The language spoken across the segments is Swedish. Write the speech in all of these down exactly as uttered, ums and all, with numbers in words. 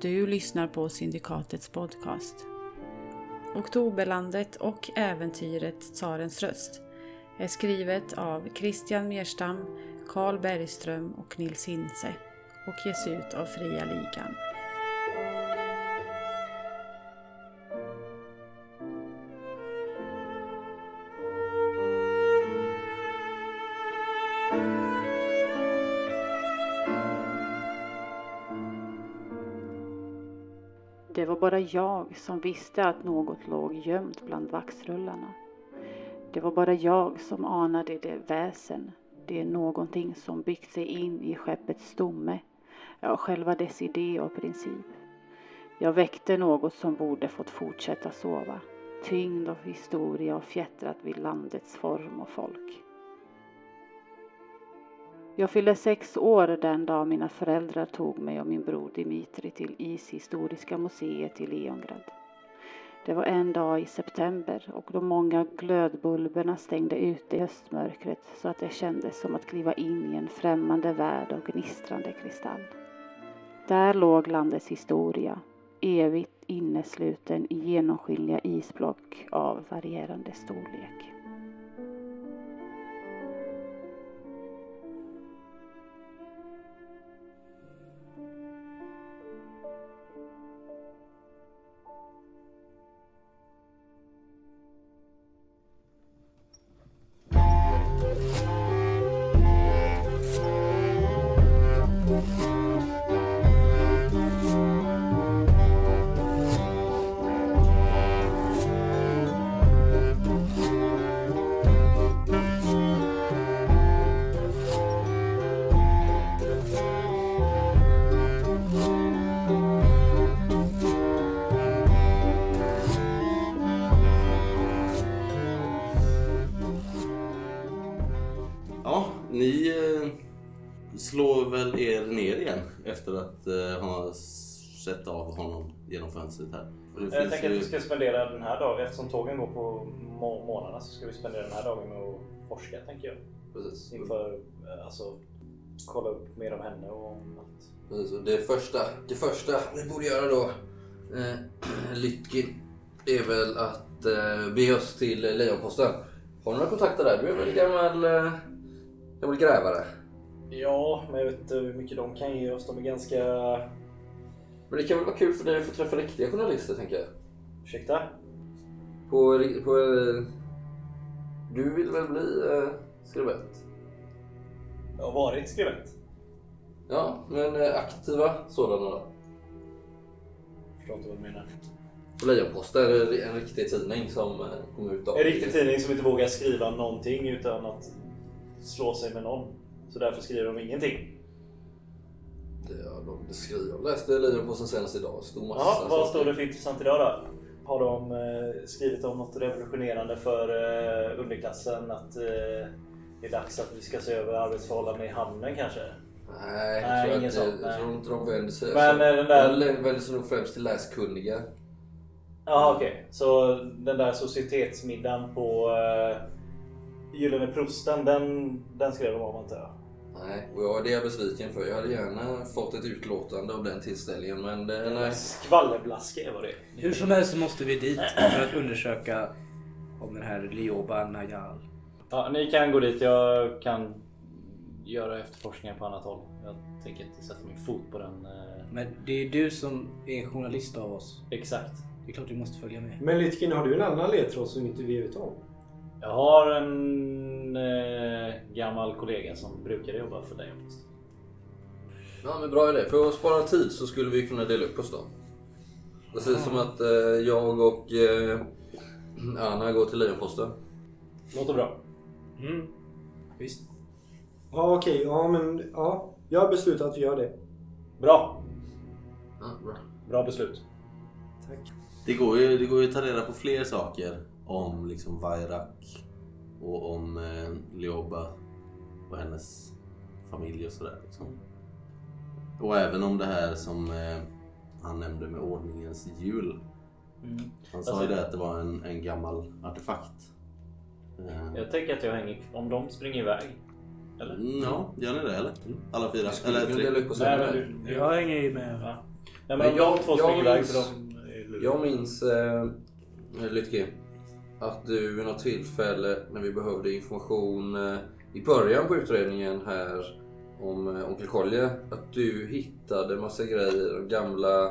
Du lyssnar på Syndikatets podcast. Oktoberlandet och äventyret Tsarens röst är skrivet av Christian Merstam, Carl Bergström och Nils Hintze och ges ut av Fria Ligan. Det var bara jag som visste att något låg gömt bland vaxrullarna. Det var bara jag som anade det väsen. Det är någonting som byggt sig in i skeppets stomme. Ja, själva dess idé och princip. Jag väckte något som borde fått fortsätta sova. Tyngd av historia och fjättrat vid landets form och folk. Jag fyllde sex år den dag mina föräldrar tog mig och min bror Dimitri till Ishistoriska museet i Leongrad. Det var en dag i september och de många glödbulberna stängde ute i höstmörkret så att det kändes som att kliva in i en främmande värld av gnistrande kristall. Där låg landets historia, evigt innesluten i genomskinliga isblock av varierande storlek. Ni eh, slår väl er ner igen efter att eh, ha sett av honom genom fönstret här. Jag tänker ju... att vi ska spendera den här dagen, eftersom tågen går på må- månaderna så ska vi spendera den här dagen med att forska, tänker jag. Precis. Inför, alltså, kolla upp mer om henne och om allt. Precis, och det första, det första vi borde göra då, eh, Lytkin, är väl att eh, be oss till Lejonposten. Har du några kontakter där? Du är väl gammal... Eh... Jag vill grävare. Ja, men jag vet inte hur mycket de kan ge oss. De är ganska... Men det kan väl vara kul för dig att få träffa riktiga journalister, tänker jag. Ursäkta? På... på du vill väl bli eh, skribent? Jag har varit skribent. Ja, men eh, aktiva sådana då. Jag förstår inte vad du menar. Lejonposten är en riktig tidning som eh, kommer ut av... En riktig tidning som inte vågar skriva någonting utan att slå sig med någon. Så därför skriver de ingenting. Ja, de skriver. Jag läste Lejonposten senast idag. Stod massa ja, vad saker. står det för intressant idag då? Har de eh, skrivit om något revolutionerande för eh, underklassen? Att eh, det är dags att vi ska se över arbetsförhållanden i hamnen kanske? Nej, jag nej tror, ingen att, sånt, jag nej. tror inte de vänder sig. Men så, den där... De vänder sig nog främst till läskunniga. Ja, okej. Okay. Så den där societetsmiddagen på uh, Gyllene Prosten, den, den skrev de om, inte jag? Nej, och jag, det är jag besviken för. Jag hade gärna fått ett utlåtande av den tillställningen, men det, nej. Skvallerblaske var det. Hur som helst så måste vi dit för att undersöka om den här Lioba Najal. Ja, ni kan gå dit. Jag kan göra efterforskningar på annat håll. Jag tänker inte sätta min fot på den. Uh... Men det är du som är journalist av oss. Exakt. Det är klart du måste följa med. Men Lytkin, har du en annan ledtråd som inte vi vet om? Jag har en eh, gammal kollega som brukar jobba för dig. Ja, men bra idé. För att spara tid så skulle vi kunna dela upp oss då. Precis mm. som att eh, jag och eh, Anna går till Lejonposten. Låter bra. Mm. Visst. Ja, okej. Okay. Ja, men ja. Jag har beslutat att vi gör det. Bra. Ja, bra. Bra beslut. Tack. Det går ju, det går ju att ta reda på fler saker om liksom Vairak och om eh, Lioba och hennes familj och sådär liksom. Och även om det här som eh, han nämnde med ordningens jul. Mm. Han sa alltså, ju det att det var en, en gammal artefakt. Eh. Jag tänker att jag hänger om de springer iväg. Eller? Mm, ja, gör ni det eller? Alla fyra? Eller tre. Nej, du, jag hänger ju med. Ja. Nej, men jag, de två springer iväg för de är... Jag minns äh, Lytke, att du vid något tillfälle när vi behövde information äh, i början på utredningen här om äh, Onkel Kolje, att du hittade massa grejer, de gamla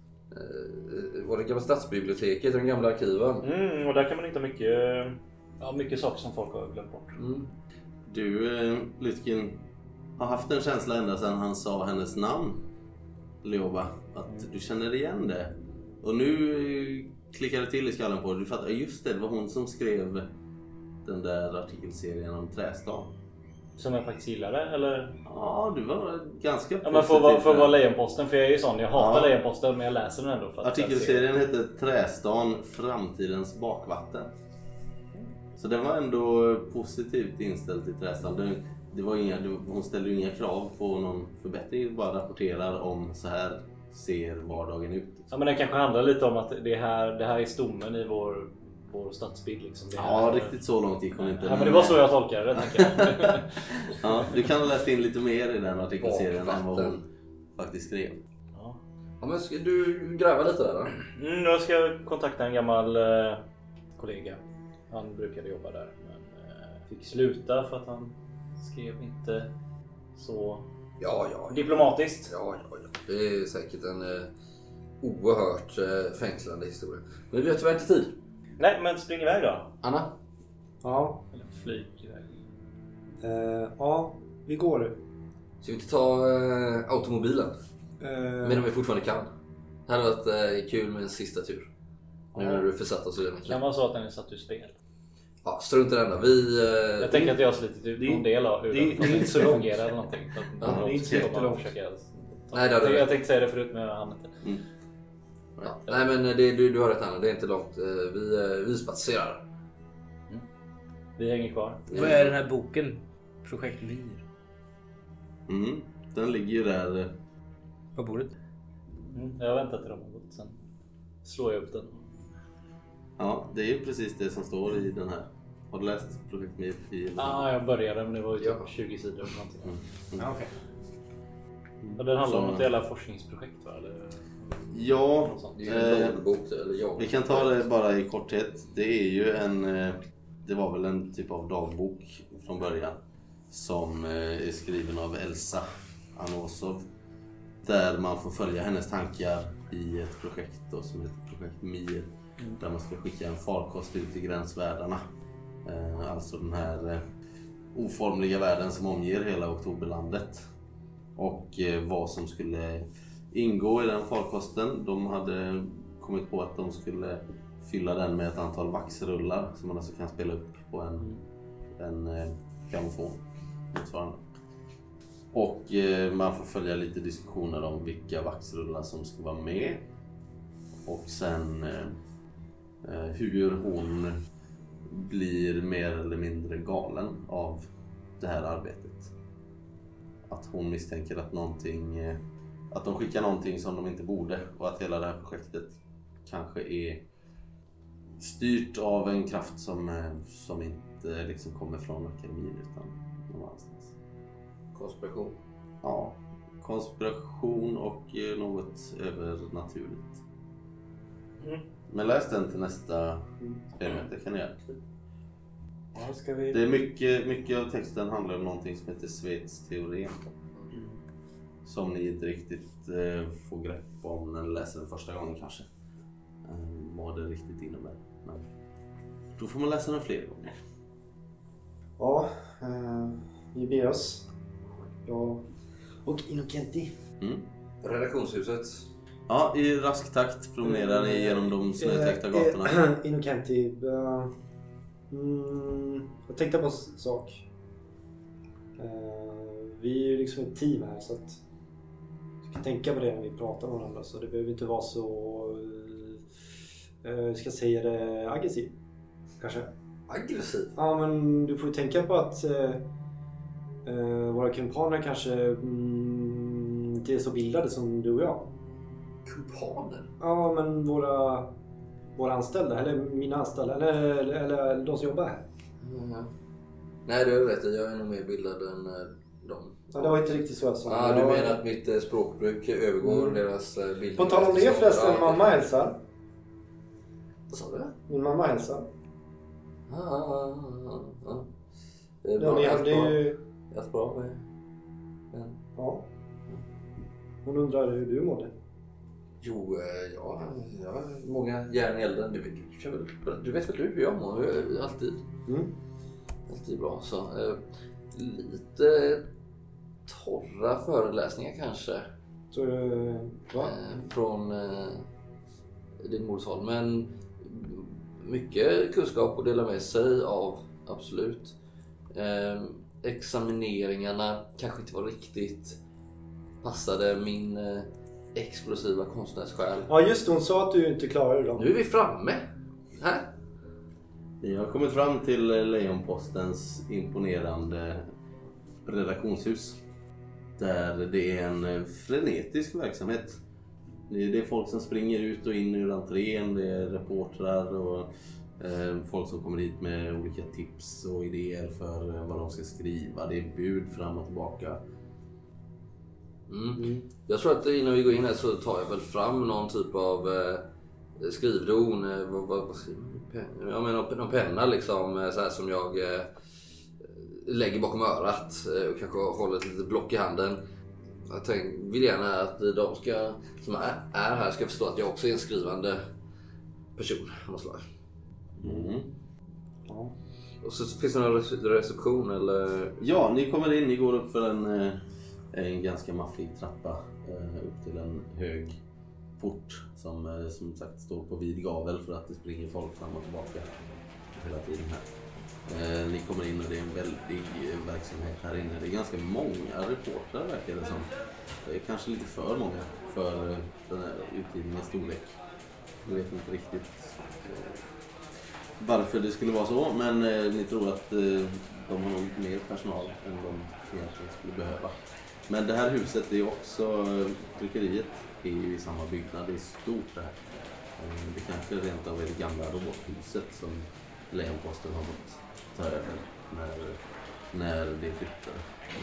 äh, var det gamla stadsbiblioteket, de gamla arkiven. Mm, och där kan man hitta mycket, ja, mycket saker som folk har glömt bort. Mm. Du, eh, Lytkin, har haft en känsla ända sedan han sa hennes namn, Leoba, att mm. du känner igen det. Och nu klickar det till i skallen på dig. Du fattar, just det, det var hon som skrev den där artikelserien om Trästan. Som jag faktiskt gillade, eller? Ja, du var ganska positiv. Ja, men för att vara, för att vara Lejonposten, för jag är ju sån, jag hatar ja. Lejonposten, men jag läser den ändå. För att artikelserien hette Trästan, framtidens bakvatten. Så det var ändå positivt inställd till Trästan. Det, det var inga, hon ställde ju inga krav på någon förbättring, bara rapporterar om så här ser vardagen ut. Ja, men det kanske handlar lite om att det här, det här är stommen i vår, vår stadsbild. Liksom. Det här, ja, riktigt så långt gick hon inte. Ja, men det var så jag tolkade det, tänker jag. Ja, du kan ha läst in lite mer i den artikelserien än vad hon faktiskt skrev. Ja. Ja, men ska du gräva lite där då? Mm, jag ska kontakta en gammal eh, kollega. Han brukade jobba där, men eh, fick sluta för att han skrev inte så ja, ja, diplomatiskt. Ja, ja, ja. Det är säkert en eh, oerhört eh, fängslande historia. Men vi har tyvärr inte tid. Nej, men spring iväg då. Anna? Ja. Eller flyg iväg. Uh, ja, vi går. Ska vi inte ta eh, automobilen? Uh, Men om vi fortfarande kan. Det hade varit eh, kul med en sista tur. Nu när du försatt oss i den här Kan vara så att den är satt ur spel. Ja, strunt i den då. Vi... Eh, Jag tänker att jag har slitit ut någon del av hur det, den, det är inte så långt. fungerar eller någonting. För att Ja, de det är inte så ska jättelångt. försöka- Nej, det hade jag rätt. tänkte säga det förut, men jag hann inte. Mm. ja. Nej, men det, du, du har rätt, Anna. Det är inte långt. Eh, vi, eh, vi spatserar. Vi hänger kvar. Vad är den här boken? Projekt Myr. Mm. Den ligger ju där. På bordet. Mm, jag väntar till de har gått, sen slår jag upp den. Ja, det är ju precis det som står i den här. Har du läst Projekt Myr? Ja, ah, jag började, men det var ju typ Ja. tjugo sidor eller någonting. Mm. Ja, okej. Och den handlar om Så- något jävla forskningsprojekt, va? Eller Ja, något sånt. Det är ju en Eh, loggbok. Eller jag. vi kan ta det bara i korthet. Det är ju en, eh, det var väl en typ av dagbok från början som eh, är skriven av Elsa Anosov. Där man får följa hennes tankar i ett projekt då, som heter Projekt Myr. Mm. Där man ska skicka en farkost ut i gränsvärdena. Eh, alltså den här eh, oformliga världen som omger hela Oktoberlandet. Och eh, vad som skulle ingå i den farkosten. De hade kommit på att de skulle fylla den med ett antal vaxrullar som man alltså kan spela upp på en, en eh, grammofon motsvarande. Och eh, man får följa lite diskussioner om vilka vaxrullar som ska vara med. Och sen eh, hur hon blir mer eller mindre galen av det här arbetet. Att hon misstänker att någonting, eh, att de skickar någonting som de inte borde, och att hela det här projektet kanske är styrt av en kraft som, eh, som inte liksom kommer från akademin utan någon annanstans. Konspiration. Ja, konspiration och eh, något övernaturligt. Mm. Men läs den till nästa spelmöte, kan ni göra. Ja, ska vi... Det är mycket, mycket av texten handlar om någonting som heter Svets teorem. Som ni inte riktigt eh, får grepp om när ni läser den första gången kanske. Eh, vad det riktigt innebär. Men då får man läsa den fler gånger. Ja, eh, vi ber oss. Jag och Innocenti. Mm. Redaktionshuset. Ja, i rask takt promenerar ni genom de snötäckta gatorna. Eh, eh, Innocenti. Uh, mm, jag tänkte på en sak. Uh, vi är ju liksom ett team här, så att vi ska tänka på det när vi pratar med varandra. Så det behöver inte vara så, uh, ska jag säga det, aggressiv. Kanske. Aggressiv? Ja, men du får ju tänka på att uh, uh, våra kumpaner kanske mm, inte är så bildade som du och jag. Kumpaner? Ja, men våra, våra anställda, eller mina anställda, eller, eller, eller de som jobbar här. Mm. Nej, du har rätt. Jag är nog mer bildad än dem. Ja, det var inte riktigt så jag sa. Ja, du menar att mitt eh, språkbruk övergår Mm. deras eh, bild? På tal om det förresten, Ja, mamma hälsar. Vad sa du? Min mamma hälsar. Ah, ah, ah, ah. Det är Ja, bra. det Helt är bra. ju... Helt bra med. Men, Ja. Hon undrar hur du mådde. jo, eh, ja, jag har många järn i elden. Du, du, kör väl- du vet väl du hur jag mår? Jag är alltid, Mm. alltid bra. Så, eh, lite torra föreläsningar kanske. Så, eh, va? Eh, från eh, din morshåll. Men mycket kunskap att dela med sig av, absolut. Eh, examineringarna kanske inte var riktigt passade min eh, explosiva konstnärssjäl. Ja just det, hon sa att du inte klarade dem. Nu är vi framme. Här. Vi har kommit fram till Lejonpostens imponerande redaktionshus. Där det är en frenetisk verksamhet. Det är folk som springer ut och in ur entrén. Det är reportrar och eh, folk som kommer hit med olika tips och idéer för eh, vad de ska skriva. Det är bud fram och tillbaka. Mm. Mm. Jag tror att innan vi går in här så tar jag väl fram någon typ av eh, skrivdon. Eh, vad, vad, vad skriver man? Jag menar någon penna liksom, eh, så här som jag eh, lägger bakom örat eh, och kanske håller ett litet block i handen. Jag tänk, vill gärna att de ska, som är, är här ska förstå att jag också är en skrivande person. Mm. Ja. Och så finns det någon reception eller? Ja, ni kommer in, ni går upp för en, eh, en ganska maffig trappa eh, upp till en hög port som eh, som sagt står på vid gavel för att det springer folk fram och tillbaka hela tiden här. Eh, ni kommer in och det är en väldig eh, verksamhet här inne. Det är ganska många reportrar verkar det som. Det är kanske lite för många för eh, den här utgivningens storlek. Jag vet inte riktigt eh, varför det skulle vara så, men eh, ni tror att eh, de har nog mer personal än de egentligen skulle behöva. Men det här huset, det är också eh, tryckeriet är ju i samma byggnad, det är stort där. Eh, det kanske rent av är det gamla rådhuset som Lejonposten har fått ta över när, när det flyttade.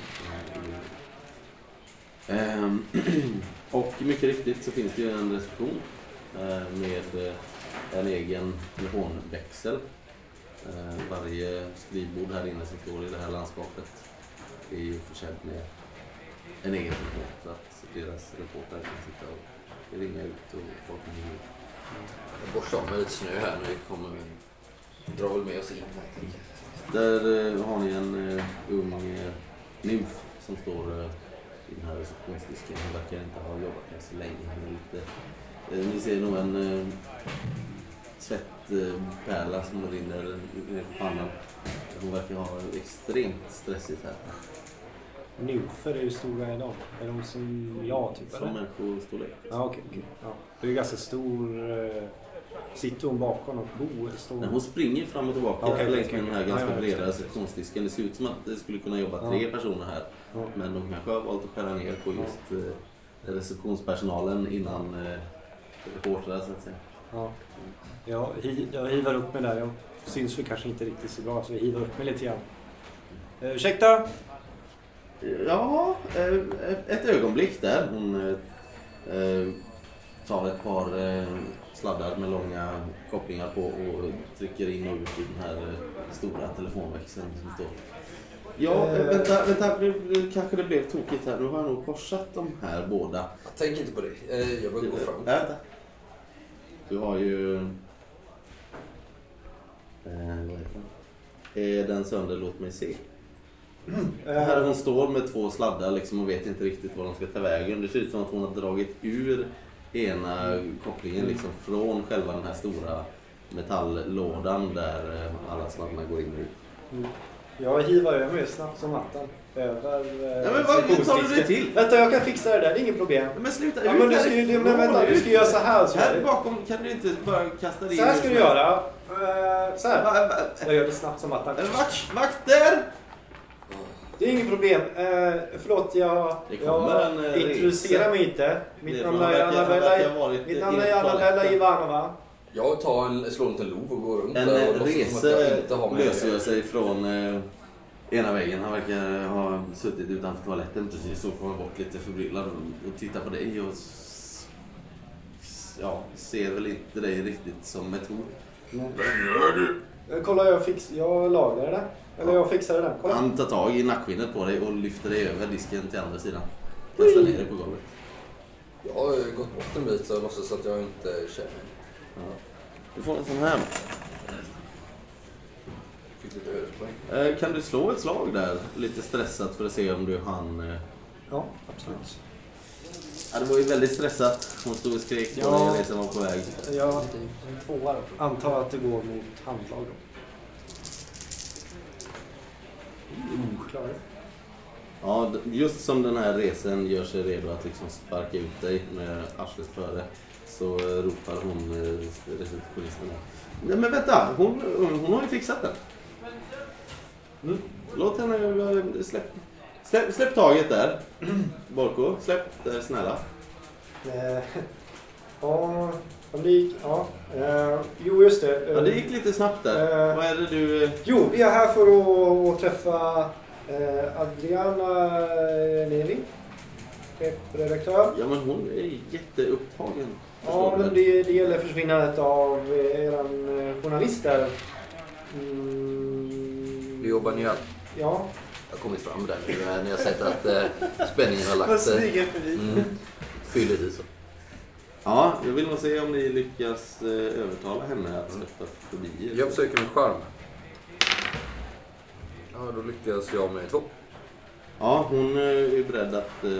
Eh, och mycket riktigt så finns det ju en reception eh, med eh, en egen telefonväxel. Eh, varje skrivbord här inne som står i det här landskapet är ju försedd med en egen telefon så att deras reportrar kan sitta och ringa ut och folk kan ringa ut. Jag borstar av med lite snö här när vi kommer. Vi drar väl med oss in här. Där eh, har ni en eh, ung eh, nymf som står eh, i den här receptionsdisken. Hon verkar inte ha jobbat här så länge. Hon är lite, eh, ni ser nog en eh, svettpärla som rinner ner på pannan. Hon verkar ha extremt stressigt här. Nymfer är ju stora idag. Är de som jag typ Som eller? människostorlek. Ja okej. Okay, ja. Det är ganska stor... Eh, sitter hon bakom och bor? Står Nej, hon springer fram och tillbaka okay, längs okay, med den här okay. ganska Ja, ja, breda det. receptionsdisken. Det ser ut som att det skulle kunna jobba tre Ja. personer här. Ja. Men de kanske har valt att skära ner på just eh, receptionspersonalen innan eh, reportrar så att säga. Ja. Jag, hi, jag hivar upp mig där. Jag syns väl kanske inte riktigt så bra så jag hivar upp mig lite grann. Uh, ursäkta? Ja, eh, ett ögonblick där. Hon eh, tar ett par eh, sladdar med långa kopplingar på och trycker in och ut i den här eh, stora telefonväxeln som står. Ja, eh, vänta, vänta nu, nu kanske det blev tokigt här. Nu har jag nog korsat de här båda. Tänk inte på det. Eh, Jag vill gå fram. Äh, vänta. Du har ju... Eh, vad heter den? Är den sönder? Låt mig se. Här hon står med två sladdar liksom och vet inte riktigt vad de ska ta vägen. Det ser ut som att hon har dragit ur ena kopplingen liksom från själva den här stora metalllådan där alla sladdarna går in och ut. Mm. Jag hivar över mig snabbt som attan. Över... Eh, Ja, men vad tar du det till? Vänta, jag kan fixa det där. Det är inget problem. Men sluta Ja, ut men du ska, ju- men vänta, du ska göra så här. Så Här här, bakom kan du inte bara kasta in... så här ska du göra. Eh, så här. Va, va, Jag gör det snabbt som attan. vakt, vakter! Det är inget problem. Eh, förlåt, jag, Det kommer jag en, eh, introducerar resa. mig inte. Mitt Det- namn han är verkar- han verkar Annabella, ha varit mitt i namn är Annabella toaletten. Ivanova. Jag tar en, slår en liten lov och går runt En där eh, och låtsas som att jag rese inte har med löser det. sig från, eh, ena väggen. Han verkar ha suttit utanför toaletten precis och kommer bort lite förbryllad och, och tittar på dig och s- s- ja, ser väl inte dig riktigt som ett hot. Nej. Kolla, jag, fix, jag lagade det. Eller jag fixade den. Kolla. Han tar tag i nackskinnet på dig och lyfter dig över disken till andra sidan. Kastar ner dig på golvet. Jag har gått bort en bit så jag låtsas att jag inte känner. Ja. Du får en sån här. Fick lite överpoäng. Eh, kan du slå ett slag där? Lite stressat för att se om du hann... Eh... Ja, absolut. Ja, det var ju väldigt stressat. Hon stod och skrek på Ja. dig och resan var på väg. Jag antar att det går mot handlag då. Oklar. Ja, d- just som den här resen gör sig redo att liksom sparka ut dig med arslet före, så eh, ropar hon eh, receptionisten. Nej men vänta, hon, hon har ju fixat den. Mm. Låt henne, eh, släpp, släpp, släpp taget där. Borko, släpp där snälla. Eh, ja, om det gick, ja. Eh, jo, just det. Ja, det gick lite snabbt där. Eh. Vad är det du... Eh... Jo, vi är här för att, att träffa eh, Adriana Levi, chefredaktör. Ja men hon är jätteupptagen. Ja, förstår du men väl? det, det gäller försvinnandet av eh, eran eh, journalist där. Mm, Vi jobbar ner. Ja. Jag har kommit fram där nu när jag har sett att eh, spänningen har Vad lagt sig. smyger förbi. Mm. Fylligt i så. Ja, jag vill nog se om ni lyckas eh, övertala henne att släppa förbi er. Jag försöker med charm. Ja, då lyckas jag med två. Ja, hon eh, är beredd att eh,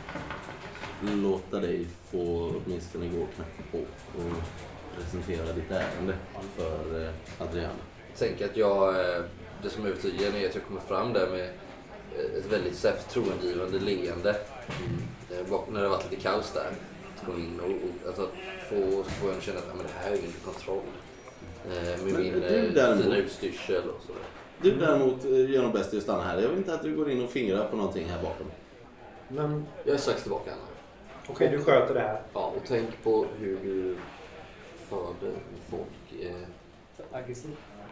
låta dig få åtminstone gå och knacka på och presentera ditt ärende för eh, Adriana. Tänk att jag, eh, det som övertygar är att jag kommer fram där med eh, ett väldigt så här förtroendegivande leende. Mm. Bak när det har varit lite kaos där. Att komma in och, och alltså, få, få en att känna att ja, men det här är ju under kontroll. Eh, med Men min du eh, däremot- fina utstyrsel och sådär. Du däremot eh, gör nog bäst i att stanna här. Jag vill inte att du går in och fingrar på någonting här bakom. Men Jag är strax tillbaka, Anna. okej, du sköter det här. Ja, och tänk på hur du förde folk. Eh, Aggressiv.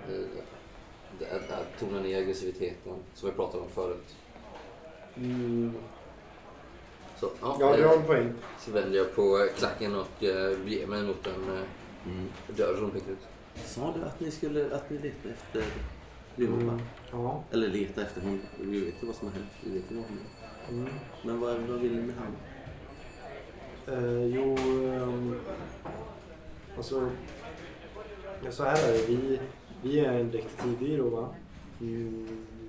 eh, att, att tona ner aggressiviteten som vi pratade om förut. Mm. Så, ja, Ja, du eh, har en poäng. så vänder jag på klacken och eh, beger mig mot en eh, Mm. dörr som pekar ut. Sa du att ni skulle att ni letade efter Leoba? Mm. Ja. Eller leta efter hon? Vi vet ju vad som har hänt. Vi vet ju vad hon är. Mm. Men vad, vad vill ni med henne? Eh, jo, um, alltså, ja, så här är det. Vi, vi är en detektivbyrå, va? Mm.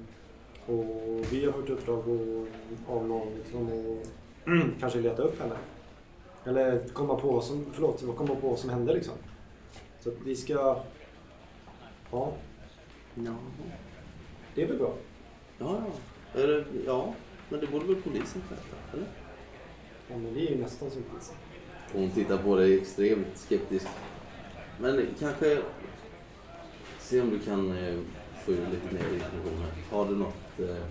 Och vi har fått uppdrag att- av någon liksom, och kanske leta upp henne. Eller komma på vad som, förlåt, komma på vad som hände liksom. Så att vi ska, ja, Ja, det är väl bra. ja, ja. Är det, ja. Men det borde väl polisen sköta, eller? Ja, men vi är ju nästan som polisen. Hon tittar på dig extremt skeptiskt. Men kanske se om du kan eh, få ut lite mer information här. Har du något eh,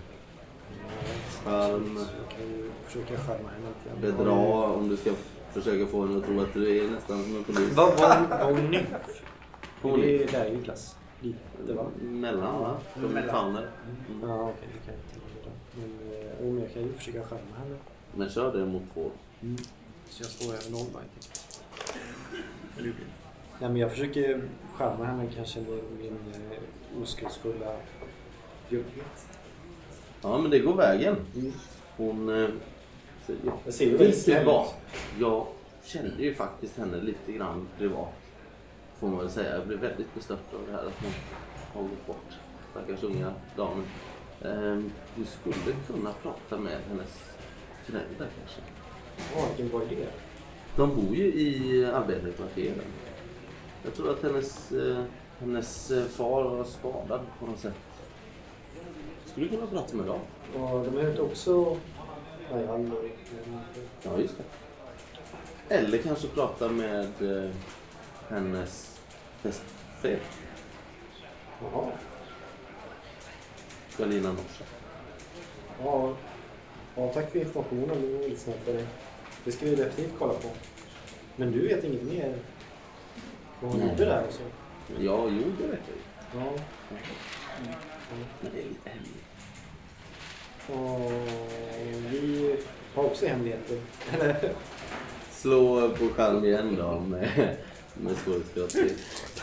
charm, Jag kan ju försöka skärma henne lite grann. bedra om du ska försöka få henne att tro att du är nästan som en polis? Vad var hon nymf? Hon Det är är där i klass. Lite, va? mellan, va? Som Mellan. fauner. Mm. Ja, okej, det kan jag inte göra. Men eh, om jag kan ju försöka skärma henne. Men kör det mot två. Så jag står över noll, va? Ja, men jag försöker skärma henne kanske med min eh, oskuldsfulla bjugghet. Ja, men det går vägen. Mm. Hon eh, säger, ja, Jag ser ju väldigt vet du snäll vad? ut. Jag kände ju faktiskt henne lite grann privat. Får man väl säga. Jag blev väldigt bestört av det här att hon har gått bort. Stackars unga damen. Ehm, du skulle kunna prata med hennes föräldrar kanske. Ja, vilken bra idé. De bor ju i arbetarkvarteren. Jag tror att hennes, eh, hennes eh, far var skadad på något sätt. Skulle du kunna prata med dem? Och de heter också Ajal. Ja, just det. Eller kanske prata med eh, hennes fästfru, Jaha. Galina Norsa. Ja. Ja, tack för informationen. Det var väldigt snabbt av dig. Det ska vi definitivt kolla på. Men du vet inget mer vad hon Nej. gjorde där och så? Ja, jo, det vet jag ju. Ja. Men det är lite hemligt. Och vi har också hemligheter. Eller? Slå på skärm igen då med, med svårighetsgrad.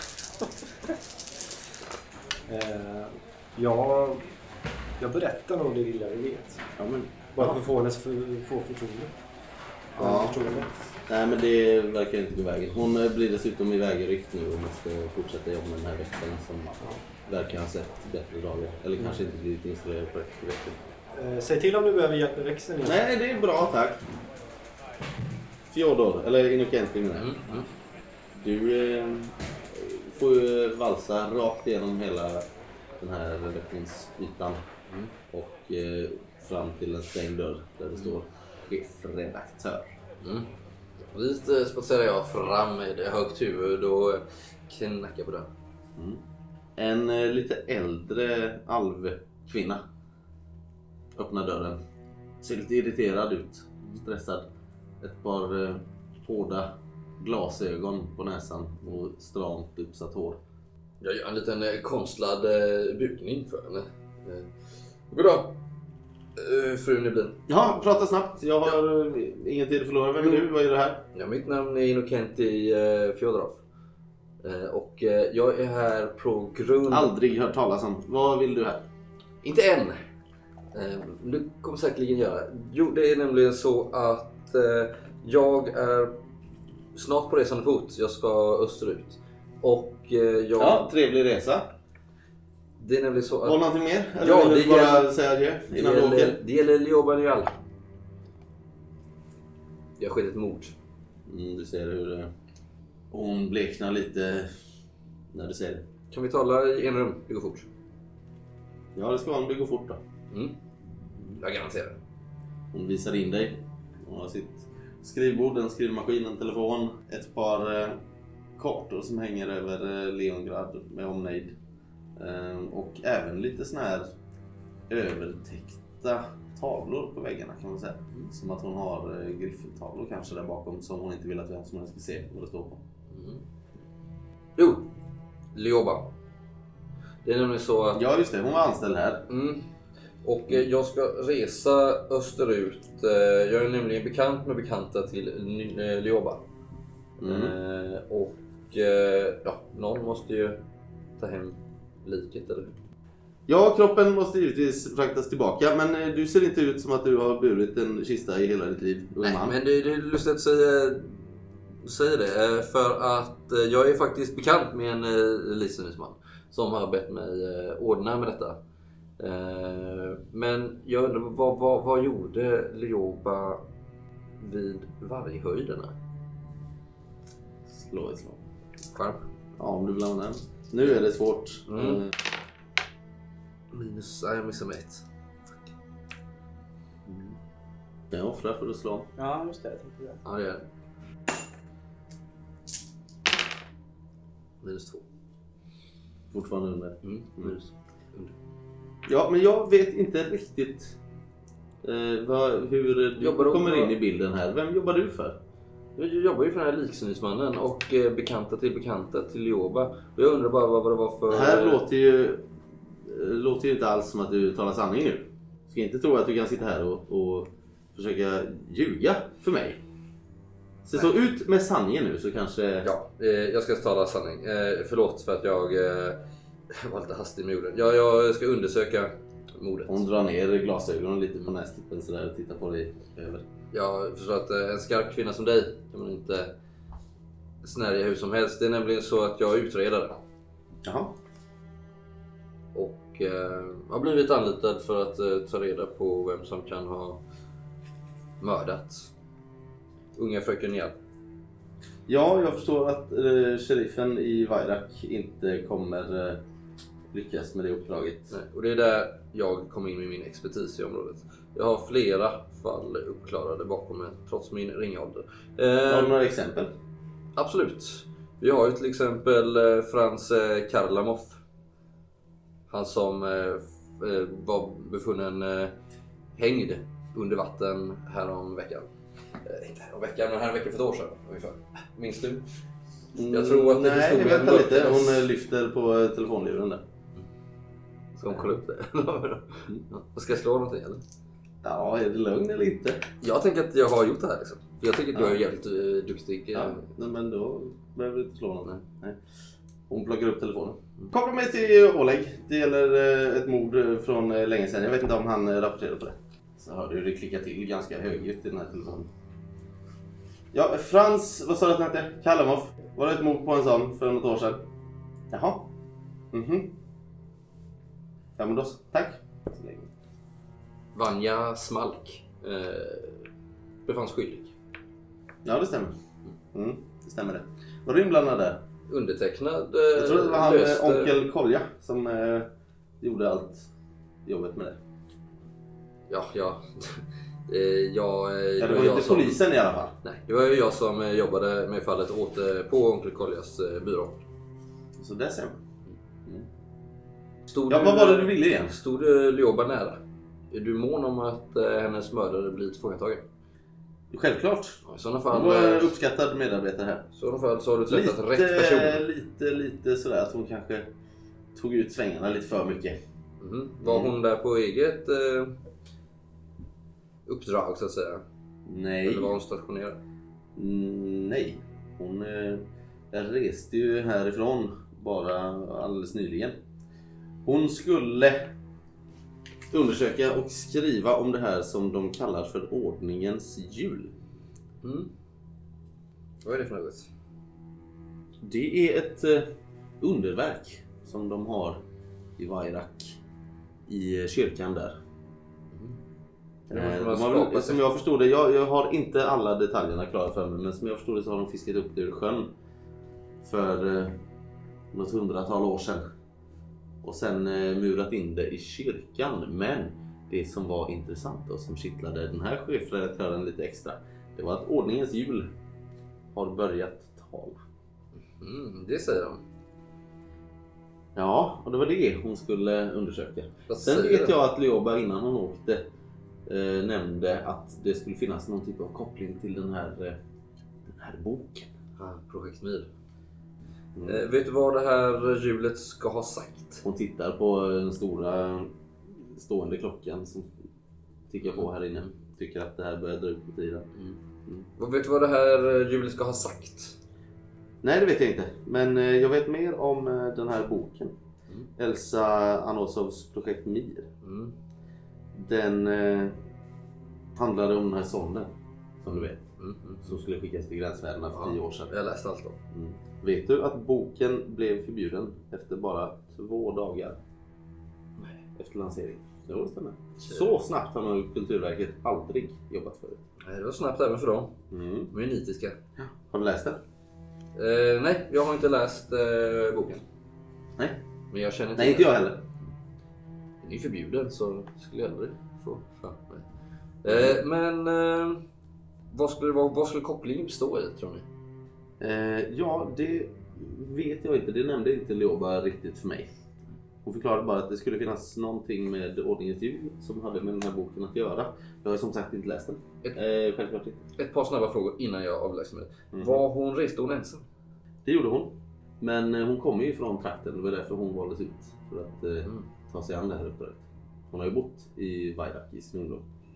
eh, jag, jag berättar nog det lilla vi vet. Ja, men, Bara ja. för att få hennes för, få förtroende. Ja. Förtroende. Nej, men det verkar inte gå vägen. Hon blir dessutom ivägryckt nu och måste fortsätta jobba med den här växeln som verkar ha sett bättre dagar. Eller Mm. kanske inte blivit installerad på rätt växel. Eh, säg till om du behöver hjälp med växeln igen. Nej, det är bra, tack. Fjodor, eller Innocenti menar jag. Mm, mm. Du eh, får ju valsa rakt igenom hela den här redaktionsytan Mm. och eh, fram till en stängd dörr där det står chefredaktör. Mm. Dit eh, spatserar jag fram med högt huvud och knackar på dörren. Mm. En eh, lite äldre alvkvinna öppnar dörren. Ser lite irriterad ut, stressad. Ett par eh, hårda glasögon på näsan och stramt uppsatt hår. Jag gör en liten eh, konstlad eh, bukning för henne. Eh, Goddag, eh, fru Neblin. Ja, prata snabbt. Jag har eh, ingen tid att förlora. Vem är du? Vad är det här? Ja, mitt namn är Innocenti eh, Fjodorov. Eh, och eh, jag är här på grund... Aldrig hört talas om. Vad vill du här? Inte än. Eh, du kommer säkerligen göra. Jo, det är nämligen så att eh, jag är snart på resande fot. Jag ska österut. Och eh, jag... Ja, trevlig resa. Det är nämligen så Var att... någonting mer? Eller Ja, vill du det bara gäller- säga adjö Det innan du åker? gäller, det gäller Lioba Nyal. Jag har skett ett mord. Mm, du ser hur eh, hon bleknar lite när du säger det. Kan vi tala i en rum? Det går fort. Ja, det ska hon. Det går fort då. Mm. Jag garanterar. Hon visar in dig. Hon har sitt skrivbord, en skrivmaskin, en telefon, ett par eh, kartor som hänger över eh, Leongrad med omnejd. Eh, och även lite såna här övertäckta tavlor på väggarna kan man säga. Som att hon har eh, griffeltavlor kanske där bakom som hon inte vill att vem som helst ska se vad det står på. Mm. Jo, Lioba. Det är nämligen så att... Ja just det, hon var anställd här. Mm. Och eh, jag ska resa österut. Eh, jag är nämligen bekant med bekanta till Ny- eh, Lioba. Mm. Eh, och eh, ja, någon måste ju ta hem liket, eller hur? Ja, kroppen måste givetvis fraktas tillbaka, men eh, du ser inte ut som att du har burit en kista i hela ditt liv. Nej, man. men det, det är lustigt att säga, säga det. eh, För att eh, jag är faktiskt bekant med en eh, livsnöjesman som har bett mig eh, ordna med detta. Eh, Men jag undrar, vad, vad, vad gjorde Lioba vid varghöjderna? Slå ett slag. Skärp. Ja, om du vill använda den. Nu är det svårt. Mm. Eh, Minus, nej, jag missade med ett. Jag offrar för att slå. Ja, just det. Jag tänkte det. Ja, det är det. Minus två. Fortfarande under. Mm, minus. Under. Ja, men jag vet inte riktigt eh, vad, hur du Jobbar du- kommer in i bilden här. Vem jobbar du för? Jag jobbar ju för den här liksnöjesmannen och eh, bekanta till bekanta till Lioba. Och jag undrar bara vad, vad det var för... Det här låter ju, eh, låter ju inte alls som att du talar sanning nu. Du ska inte tro att du kan sitta här och, och försöka ljuga för mig. Se så ut med sanningen nu så kanske... Ja, eh, jag ska tala sanning. Eh, förlåt för att jag eh, var lite hastig med orden. Ja, jag ska undersöka mordet. Hon drar ner glasögonen lite på nästippen sådär och tittar på dig över. Jag förstår att eh, en skarp kvinna som dig kan man inte snärja hur som helst. Det är nämligen så att jag är utredare. Jaha. Och eh, har blivit anlitad för att eh, ta reda på vem som kan ha mördat unga fröken Njal. Ja, jag förstår att eh, sheriffen i Vairak inte kommer eh, lyckas med det uppdraget. Nej, och det är där jag kom in med min expertis i området. Jag har flera fall uppklarade bakom mig trots min ringa ålder. Har Eh, du några exempel? absolut. Vi har ju till exempel eh, Frans eh, Karlamov. Han som eh, f- eh, var befunnen eh, hängd under vatten härom veckan. Eh, inte härom veckan, men härom veckan för ett år sedan ungefär. Minns du? Jag tror att det Nej, bestod vänta en lite. mörknäs. Hon eh, lyfter på eh, telefonluren där. Ska hon kolla upp det? Ja. Ska jag slå någonting eller? Ja, är det lugn eller inte? Jag tänker att jag har gjort det här liksom. Jag tycker att jag är jävligt uh, duktig. Ja, nej, men då behöver du inte slå något. Nej. Hon plockar upp telefonen. Koppla mig till Oleg. Det gäller ett mord från länge sedan. Jag vet inte om han rapporterade på det. Så hörde du det klicka till ganska högljutt i den här telefonen. Ja, Frans, vad sa du att han hette? Kalamov. Var det ett mord på en sån för något år sedan? Jaha. Mhm. Ja, men då så. Tack. Vanja Smalk eh, befanns skyldig. Ja, det stämmer. Mm, det stämmer det. Var du inblandad där? Undertecknad eh, Jag tror det var han löste... onkel Kolja som eh, gjorde allt jobbet med det. Ja, ja. eh, jag, eh, Ja, det var var jag inte som... polisen i alla fall. Nej, det var ju jag som eh, jobbade med fallet åt eh, på onkel Koljas eh, byrå. Så det stämmer. Mm. Stod Ja, du, vad var det du ville igen? Stod du Lioba nära? Är du mån om att eh, hennes mördare blir tillfångatagen? Självklart. Ja, i sådana Du fall, var eh, uppskattad medarbetare här. i sådana fall så har du träffat rätt Lite, person. lite, lite sådär att hon kanske tog ut svängarna lite för mycket. Mm. Var hon där på eget eh, uppdrag så att säga? Nej. Eller var hon stationerad? Mm, nej. Hon eh, reste ju härifrån bara alldeles nyligen. Hon skulle undersöka och skriva om det här som de kallar för ordningens jul. Mm. Vad är det för något? Det är ett eh, underverk som de har i Vairak i kyrkan där. Mm. Eh, De de har har, skapat som det. jag förstod det, jag, jag har inte alla detaljerna klara för mig, men som jag förstod det så har de fiskat upp det ur sjön för eh, något hundratal år sedan. Och sen eh, murat in det i kyrkan. Men det som var intressant och som kittlade den här chefredaktören lite extra, det var att ordningens jul har börjat tala. Mm, det säger de. Ja, och det var det hon skulle undersöka. Vad Sen säger vet de? jag att Lioba innan hon åkte eh, nämnde att det skulle finnas någon typ av koppling till den här, eh, den här boken. Ah, Projekt Mir. Mm. Eh, vet du vad det här hjulet ska ha sagt? Hon tittar på den stora stående klockan som tickar på här inne. Tycker att det här börjar dra ut på tiden. Mm. Mm. Vad vet du vad det här hjulet ska ha sagt? Nej, det vet jag inte. Men eh, jag vet mer om eh, den här boken. Mm. Elsa Anosovs Projekt Mir. Mm. Den eh, handlade om den här sonden, som du vet. Mm. Mm. Som skulle skickas till gränsvärdena för Ja, tio år sedan. Jag läste allt om. Mm. Vet du att boken blev förbjuden efter bara två dagar Nej. efter lansering? Jo, det stämmer. Så snabbt har nog Kulturverket aldrig jobbat förut. Nej, det var snabbt även för dem. Mm. De är nitiska. Har du läst den? Eh, nej, jag har inte läst eh, boken. Nej. Men jag känner till Nej, inte jag heller. Den är ju förbjuden så skulle jag aldrig få fram mig. Eh, men eh, vad, skulle, vad, vad skulle kopplingen bestå i, tror ni? Eh, ja, det vet jag inte. Det nämnde inte Lioba riktigt för mig. Hon förklarade bara att det skulle finnas någonting med ordningens jul som hade med den här boken att göra. Jag har som sagt inte läst den. Ett, Eh, självklart inte. ett par snabba frågor innan jag avläser mig. Mhm. Var hon reste hon ensam? Det gjorde hon. Men eh, hon kommer ju från trakten. Det var därför hon valdes ut. För att eh, Mm. ta sig an det här uppdraget. Hon har ju bott i Vairak i sin ungdom.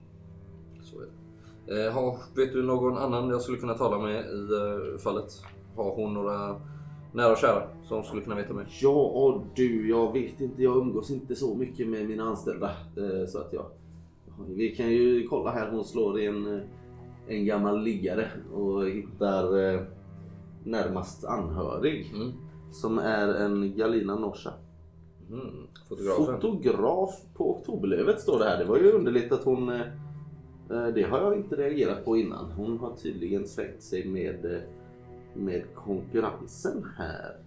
Så är det. Eh, har, vet du någon annan jag skulle kunna tala med i eh, fallet? Har hon några nära och kära som skulle kunna veta mig? Ja, och du, jag vet inte. Jag umgås inte så mycket med mina anställda. Eh, så att jag... Vi kan ju kolla här. Hon slår i en, en gammal liggare och hittar eh, närmast anhörig. Mm. Som är en Galina Norsa. Mm. Fotografen? Fotograf på Oktoberlövet står det här. Det var ju underligt att hon... Eh, det har jag inte reagerat på innan. Hon har tydligen svängt sig med, eh, med konkurrensen här.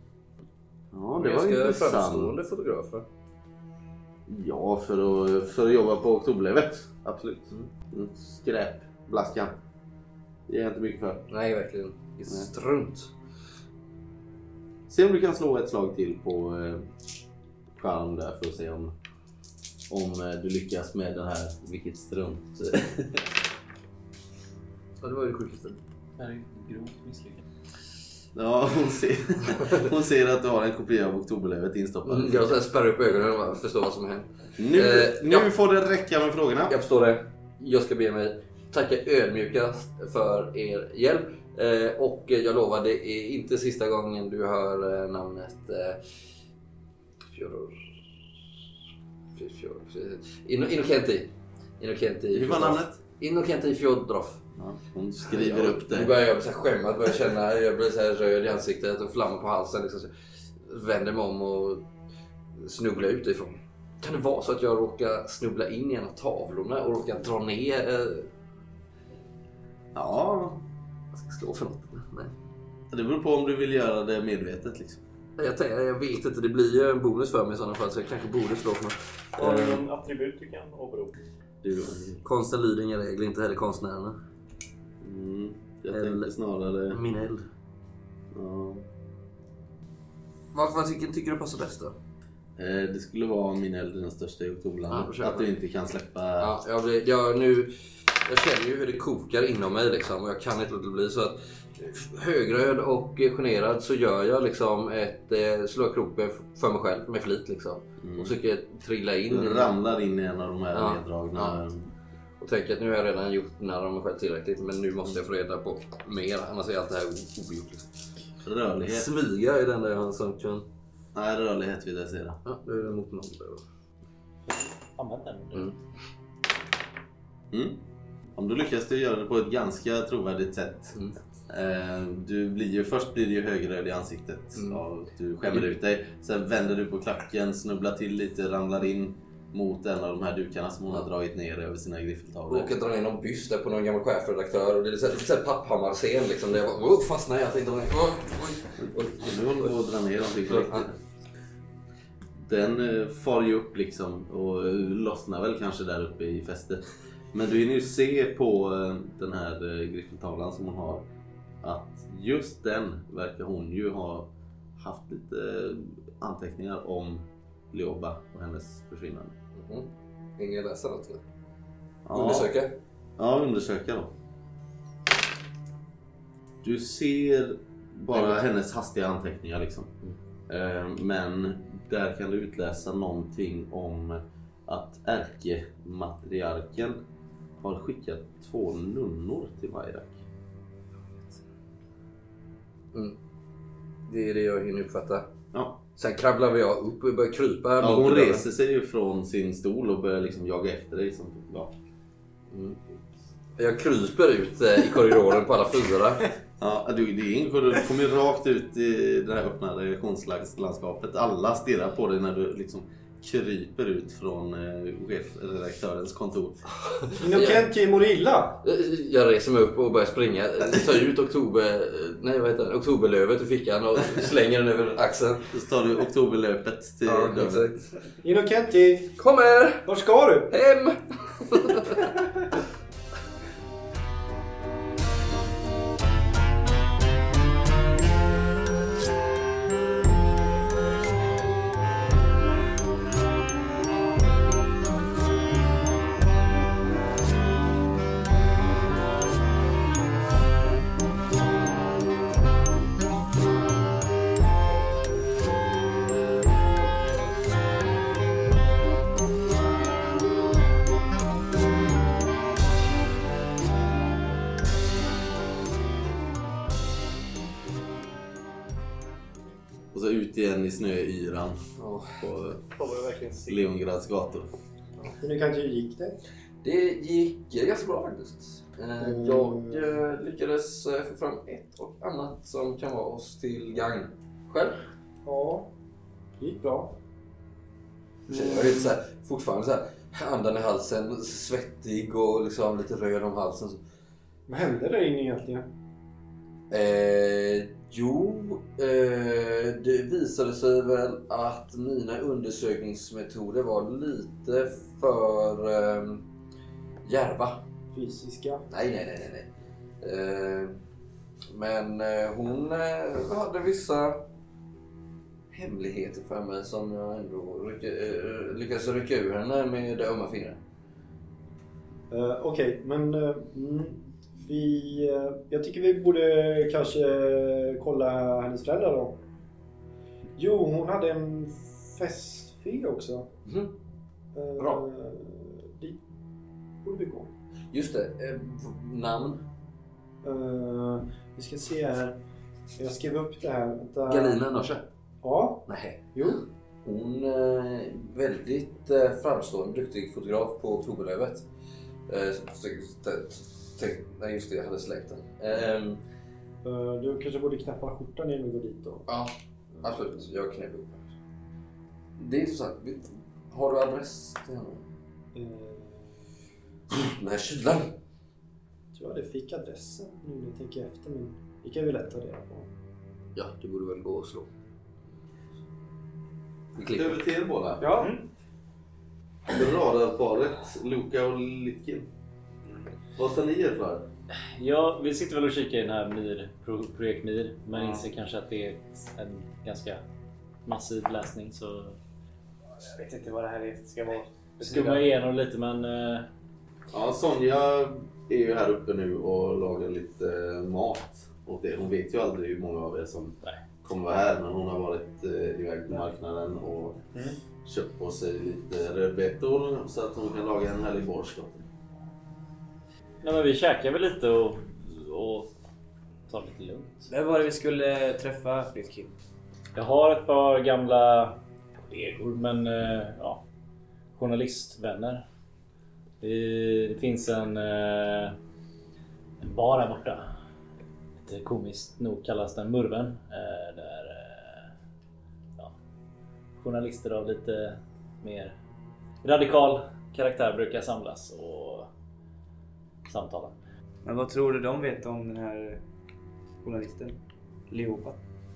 Ja, det var Ganska intressant. framstående fotografer. Ja, för att, för att jobba på Oktoberlövet. Absolut. Mm. Skräp, blaskan. Det är inte mycket för. Nej, verkligen. Det är strunt. Se om du kan slå ett slag till på eh, charm där för att se om, om eh, du lyckas med den här. Vilket strunt. Ja, det var ju det sjukaste. Det här är grovt misslyckat. Ja, hon ser, hon ser att du har en kopia av oktoberlövet instoppad. Mm, jag så här spärrar upp ögonen och förstår vad som har hänt. Nu, Eh, nu ja. får det räcka med frågorna. Jag förstår det. Jag ska be mig tacka ödmjukast för er hjälp. Eh, och jag lovar, det är inte sista gången du hör eh, namnet eh, Fjodor... Fjodor... Ino- Inokenti. Inokenti. Hur var namnet? Inokenti Fjodorov. Ja, hon skriver jag, upp det. Nu börjar jag så här skämmas, börjar känna, jag blir så här röd i ansiktet och flammar på halsen. Liksom, så vänder mig om och snubblar ut ifrån. Kan det vara så att jag råkar snubbla in i en av tavlorna och råkar dra ner? Eh... Ja, Vad ska jag slå för något? Nej. det beror på om du vill göra det medvetet liksom. Jag, tänker, jag vet inte, det blir ju en bonus för mig i sådana fall, så jag kanske borde slå för något. Har du Eh, någon attribut du kan åberopa? Du, konsten lyder inga regler, inte heller konstnärerna. mm, jag Eller- tänkte snarare... Min eld. Ja, Vad, vad tycker, tycker du passar bäst då? eh, det skulle vara min eld den största i Ja, oktoberlandet. då kör Att vi. du inte kan släppa... Ja, jag, blir, jag, nu, jag känner ju hur det kokar inom mig liksom, och jag kan inte låta det bli så att högröd och generad så gör jag liksom ett eh, slå kroppen för mig själv med flit liksom. Mm. Och försöker trilla in Du ramlar in i en av de här Ja, neddragna... och tänker att nu har jag redan gjort när de mig själv tillräckligt, men nu måste jag få reda på mer, annars är allt det här ogjort liksom. Rörlighet. Smyga är den där jag har en sån kan. Nej, rörlighet vill jag säga. Ja, då är det mot noll då. Använd den. Mm. Mm. Om du lyckas du göra det på ett ganska trovärdigt sätt. Mm. Eh, du blir ju, först blir du ju högröd i ansiktet. Mm. Av att du skämmer ut dig. Sen vänder du på klacken, snubblar till lite, ramlar in mot en av de här dukarna som hon har dragit ner över sina griffeltavlor. Råkar dra ner någon byst där på någon gammal chefredaktör och det är lite så här Papphammar-scen liksom. Det var oh, fastnade jag att inte dra ner. Oh, oj, oj. Nu håller du på att dra ner någonting på riktigt. Den eh, far ju upp liksom och lossnar väl kanske där uppe i fästet. Men du hinner ju se på eh, den här eh, griffeltavlan som hon har att just den verkar hon ju ha haft lite eh, anteckningar om Lioba och hennes försvinnande. Mm. Ingen läsa något eller? Ja. Undersöka? Ja, undersöka då. Du ser bara hennes hastiga anteckningar liksom. Eh, Men där kan du utläsa någonting om att ärkematriarken har skickat två nunnor till Vairak. Mm. Det är det jag hinner uppfatta. Ja. Sen krabblar vi jag upp och börjar krypa. Ja, mot hon dörren. reser sig ju från sin stol och börjar liksom jaga efter dig. Som, ja. Mm. Jag kryper ut eh, i korridoren på alla fyra. Ja, du, det är ingen, du kommer ju rakt ut i det här öppna redaktionslandskapet. Alla stirrar på dig när du liksom kryper ut från eh, chefredaktörens kontor. Inokenti mår illa. Jag reser mig upp och börjar springa. Tar ut oktober, nej, vad heter det? oktoberlövet ur fickan och slänger den över axeln. Så tar du oktoberlöpet till Ja, dörren. exakt. Inokenti, Kommer! var ska du? Hem! Och så ut igen i snöyran Oh. på Får jag verkligen se. Leongrads gator. Inokenti, hur gick det? Det gick ganska bra faktiskt. Eh, Jag eh, lyckades eh, få fram ett och annat som kan vara oss till gagn. Själv? Ja, det gick bra. Jag är lite så här, fortfarande så här, andan i halsen, svettig och liksom lite röd om halsen. Vad hände där inne egentligen? Eh, jo, eh, det visade sig väl att mina undersökningsmetoder var lite för eh, djärva. Fysiska. Nej, nej, nej, nej. nej. Eh, men eh, hon eh, hade vissa hemligheter för mig som jag ändå rycka, eh, lyckades rycka ur henne med ömma fingrar. Uh, Okej, okay, men uh, mm, Vi, eh, jag tycker vi borde kanske kolla hennes föräldrar då. Jo, hon hade en festfy också. Mm. Eh, Bra. Dit borde vi gå. Just det, eh, namn? Uh, vi ska se här. Jag skrev upp det här. Vänta. Galina Norse? Ja. Nej. Jo. Hon är eh, väldigt eh, framstående, duktig fotograf på Oktoberlövet. Eh, Nej just det, jag hade släkt den. Eh, Uh, du kanske borde knäppa skjortan innan vi går dit då. ja, absolut. Jag knäpper upp. Det är intressant. Har du adress till henne? Uh, Den här kylan. jag tror jag det fick adressen nu när jag tänker efter, men vi kan väl lätt ta reda på. Ja, det borde väl gå och slå. Över till er båda. Ja. Radarparet, Luka och Litkin. Vad tar ni er för? Ja, vi sitter väl och kikar i den här Mir, projekt Mir. Men Ja. inser kanske att det är en ganska massiv läsning. Så Jag vet inte vad det här är. Ska vara. skumma igenom lite, men... eh, Ja, Sonja är ju här uppe nu och lagar lite mat åt er. Hon vet ju aldrig hur många av er som Nej. kommer vara här, men hon har varit eh, iväg på marknaden och Mm. köpt på sig lite rödbetor så att hon kan laga en härlig borst. Nej, men vi käkar väl lite och, och tar lite lugnt. Vem var det vi skulle träffa, Litkin? Jag har ett par gamla kollegor, men eh, ja, journalistvänner. Det finns en, eh, en bar här borta. Lite komiskt nog kallas den Murven. Eh, där eh, ja, journalister av lite mer radikal karaktär brukar samlas och samtala. Men vad tror du de vet om den här journalisten? Leopa?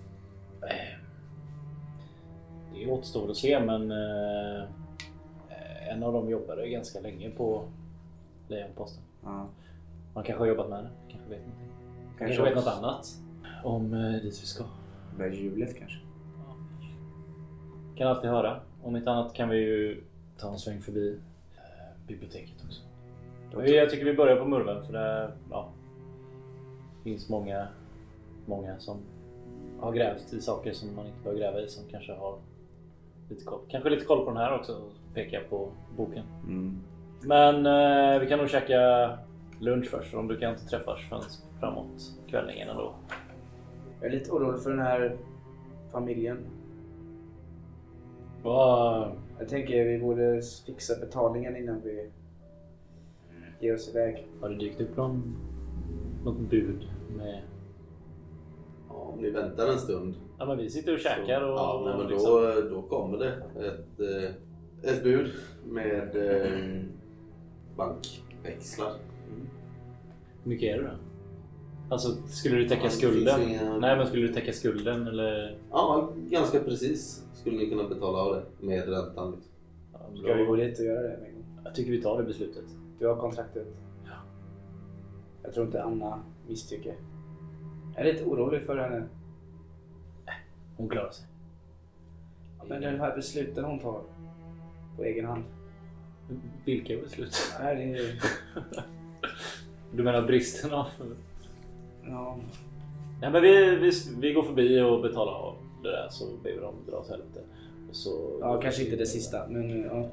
Det återstår att se, men eh, en av dem jobbade ganska länge på Lejonposten. Ja. Man kanske har jobbat med det, kanske vet någonting. Kanske, Kanske vet också- något annat om eh, dit vi ska. Det är hjulet kanske. Kan alltid höra. Om inte annat kan vi ju ta en sväng förbi eh, biblioteket också. Men jag tycker vi börjar på Murven, för det ja, finns många, många som har grävt i saker som man inte bör gräva i, som kanske har lite koll. Kanske lite koll på den här också, pekar jag på boken. Mm. Men eh, vi kan nog käka lunch först, för om du kan inte träffas förrän framåt kvällningen ändå. Jag är lite orolig för den här familjen. Vad... Jag tänker vi borde fixa betalningen innan vi ger oss iväg. Har det dykt upp någon, något bud med... Ja, om ni väntar en stund. Ja, men vi sitter och käkar så, och... ja, nej, men liksom- då, då kommer det ett, eh, ett bud med eh, bankväxlar. Hur mycket är det då? Alltså, skulle du täcka Ja, det skulden? finns inga- Nej, men skulle du täcka skulden eller? Ja, ganska precis skulle ni kunna betala av det med räntan. Liksom. Ja, Ska vi gå bra. dit och göra det med en gång? Jag tycker vi tar det beslutet. Du har kontraktet. Ja. Jag tror inte Anna misstycker. Jag är lite orolig för henne. Hon klarar sig. Men de här besluten hon tar på egen hand. Vilka beslut? Nej, det är... Du menar bristen av... Ja. Nej, men vi, vi, vi går förbi och betalar av det där, så ber vi dem dra åt helvete. Och så... Ja, kanske inte det sista, men ja.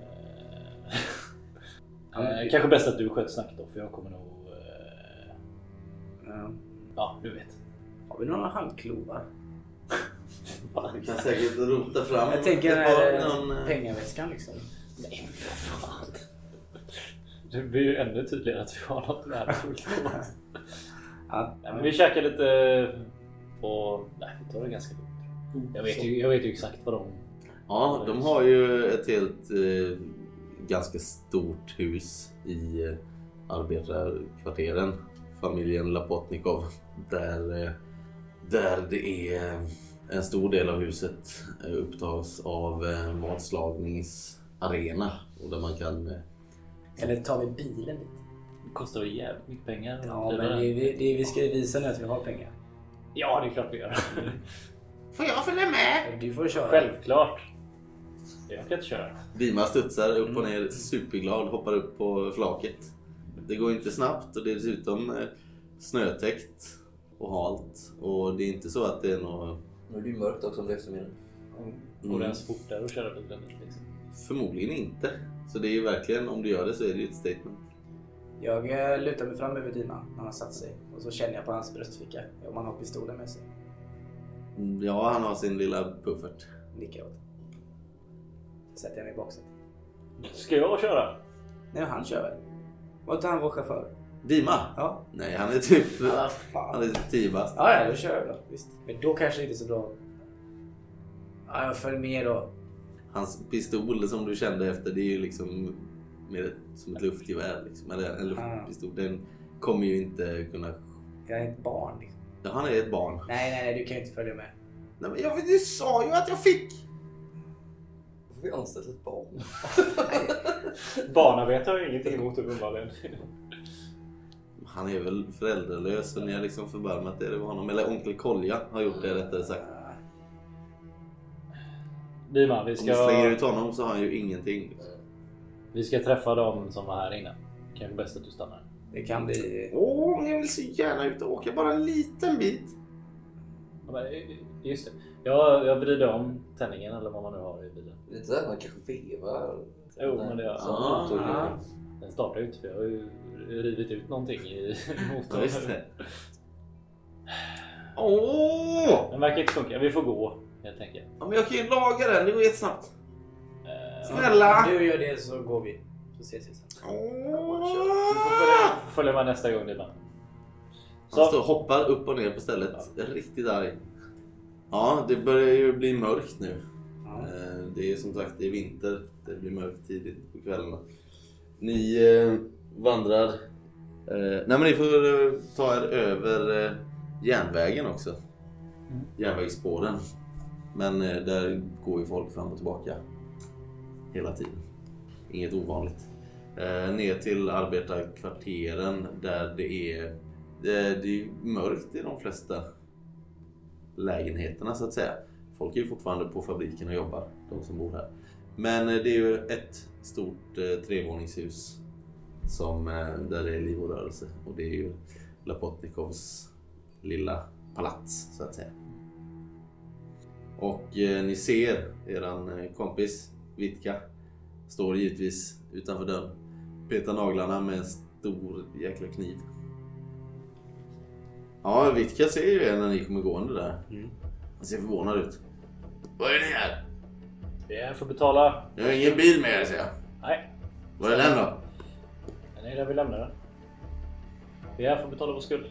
Eh, kanske bäst att du sköter snacket då, för jag kommer nog... Eh, Ja. ja, du vet. Har vi några handklovar? Du kan säkert rota fram Jag tänker den ett par, här någon, eh, pengaväskan liksom. Nej, men för fan. Det blir ju ännu tydligare att vi har något värdefullt på oss. Ja. Nej, men vi käkar lite och... Nej, vi tar det ganska lugnt. Jag vet ju, jag vet ju exakt vad de... Ja, de har ju ett helt eh, ganska stort hus i eh, arbetarkvarteren. Familjen Lapotnikov. Där, eh, där det är en stor del av huset eh, upptas av eh, matslagningsarena. Och där man kan... Eh, Eller tar vi bilen dit? Det kostar ju jävligt mycket pengar. Ja, Det men där. vi, vi, det, vi ska ju visa nu att vi har pengar. Ja, det är klart vi gör. Får jag följa med? Du får köra. Självklart. Jag kan inte köra. Dima studsar upp och ner, superglad, hoppar upp på flaket. Det går inte snabbt och dessutom eh, snötäckt och halt. Och det är inte så att det är något... Nu är det ju mörkt också om det är eftermiddag. Mm. Och det ens fortare att köra bilen liksom. Förmodligen inte. Så det är ju verkligen, om du gör det så är det ju ett statement. Jag eh, lutar mig fram över Dima när han har satt sig. Och så känner jag på hans bröstficka om han har pistolen med sig. Mm, Ja, han har sin lilla puffert. Nickar åt. Sätter jag mig i baksätet. Ska jag köra? Nej, han kör väl. Var tar han vår chaufför? Dima? Ja. Nej, han är typ... Ja, fan. Han är typ tio bast. Ja, ja, då kör jag då. Visst. Men då kanske det inte är så bra. Ja, jag följer med då. Hans pistol som du kände efter, det är ju liksom mer som ett luftgevär liksom. Eller en luftpistol. Den kommer ju inte kunna... Jag är ett barn liksom. Ja, han är ett barn. Nej, nej, nej, du kan ju inte följa med. Nej, men jag, du sa ju att jag fick! Får vi anställa ett barn? Barnarbete har ju ingenting emot uppenbarligen. Han är väl föräldralös och ni har liksom förbarmat er över honom. Eller onkel Kolja har gjort det rättare sagt. Dima, vi Om du slänger ska, ut honom så har han ju ingenting. vi ska träffa dem som var här inne. Kanske bäst att du stannar. Det kan bli... Åh, jag vill så gärna ut och åka bara en liten bit. Ja, men, just det. Jag, jag vrider om tändningen eller vad man nu har i bilen. Lite såhär, man kanske vevar. Jo, men det gör Som Ah, motor. ah. Den startar ju inte för jag har ju rivit ut någonting i motorn. Ja, just det. Åh! Den verkar inte funka. Vi får gå helt enkelt. Ja, men jag kan ju laga den, det går jättesnabbt. Eh, Snälla! Du gör det så går vi. Så ses vi sen. Åh! Följer med nästa gång Dima. Han står Så. och hoppar upp och ner på stället. Jag är riktigt arg. Ja, det börjar ju bli mörkt nu. Ja. Eh, Det är som sagt, det är vinter. Det blir mörkt tidigt på kvällarna. Ni eh, vandrar. Eh, nej men ni får eh, ta er över eh, järnvägen också. Mm. Järnvägsspåren. Men eh, där går ju folk fram och tillbaka. Hela tiden. Inget ovanligt. Eh, ner till arbetarkvarteren där det är, det, det är mörkt i de flesta lägenheterna så att säga. Folk är ju fortfarande på fabriken och jobbar, de som bor här. Men eh, det är ju ett stort eh, trevåningshus som, eh, där det är liv och rörelse. Och det är ju Lapotnikovs lilla palats så att säga. Och eh, ni ser eran eh, kompis Vitka står givetvis utanför dörren. Petar naglarna med en stor jäkla kniv. Ja, Vitka ser ju er när ni kommer gående där. Mm. Han ser förvånad ut. Vad är ni här? Vi är här för att betala. Jag har ingen bil med er, säger jag. Nej, Var är den då? den är där vi lämnar den. Vi är här för att betala vår skuld.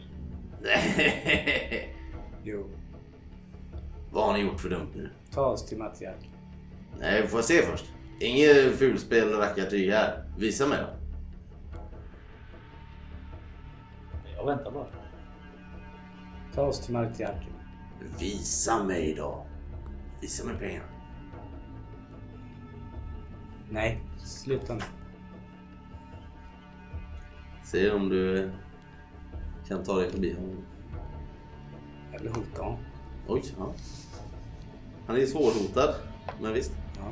Jo. Vad har ni gjort för dumt nu? Ta oss till Mattiak. Nej, vi får se först. Inget fulspel och rackartyg här. Visa mig då. Jag väntar bara. Ta oss till Mattiak. Visa mig då. Visa mig pengarna. Nej, sluta nu. Se om du kan ta dig förbi honom. Jag vill hota honom. Oj, ja. Han är svårhotad, men visst. Ja.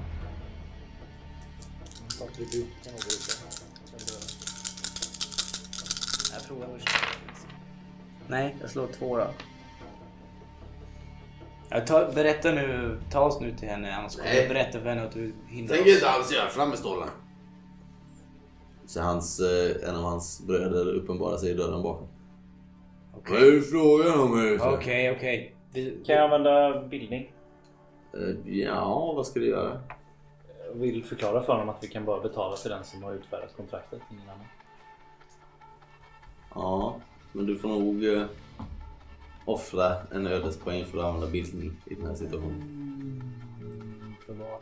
Jag provar först. Nej, jag slår två då. Jag tar, berätta nu, ta oss nu till henne, annars kommer Nej. jag berätta för henne att du hindrar Tänker oss. inte alls göra, fram med stålarna. Så hans, eh, en av hans bröder uppenbarar sig i dörren bakom. Okej, Vad är det frågan om er? okej, okej. Vi- Kan jag använda bildning? Eh, Ja, vad ska du göra? Jag vill förklara för honom att vi kan bara betala till den som har utfärdat kontraktet. Ingen annan. Ja, men du får nog eh, offra en ödespoäng för att använda bildning i den här situationen. För vad?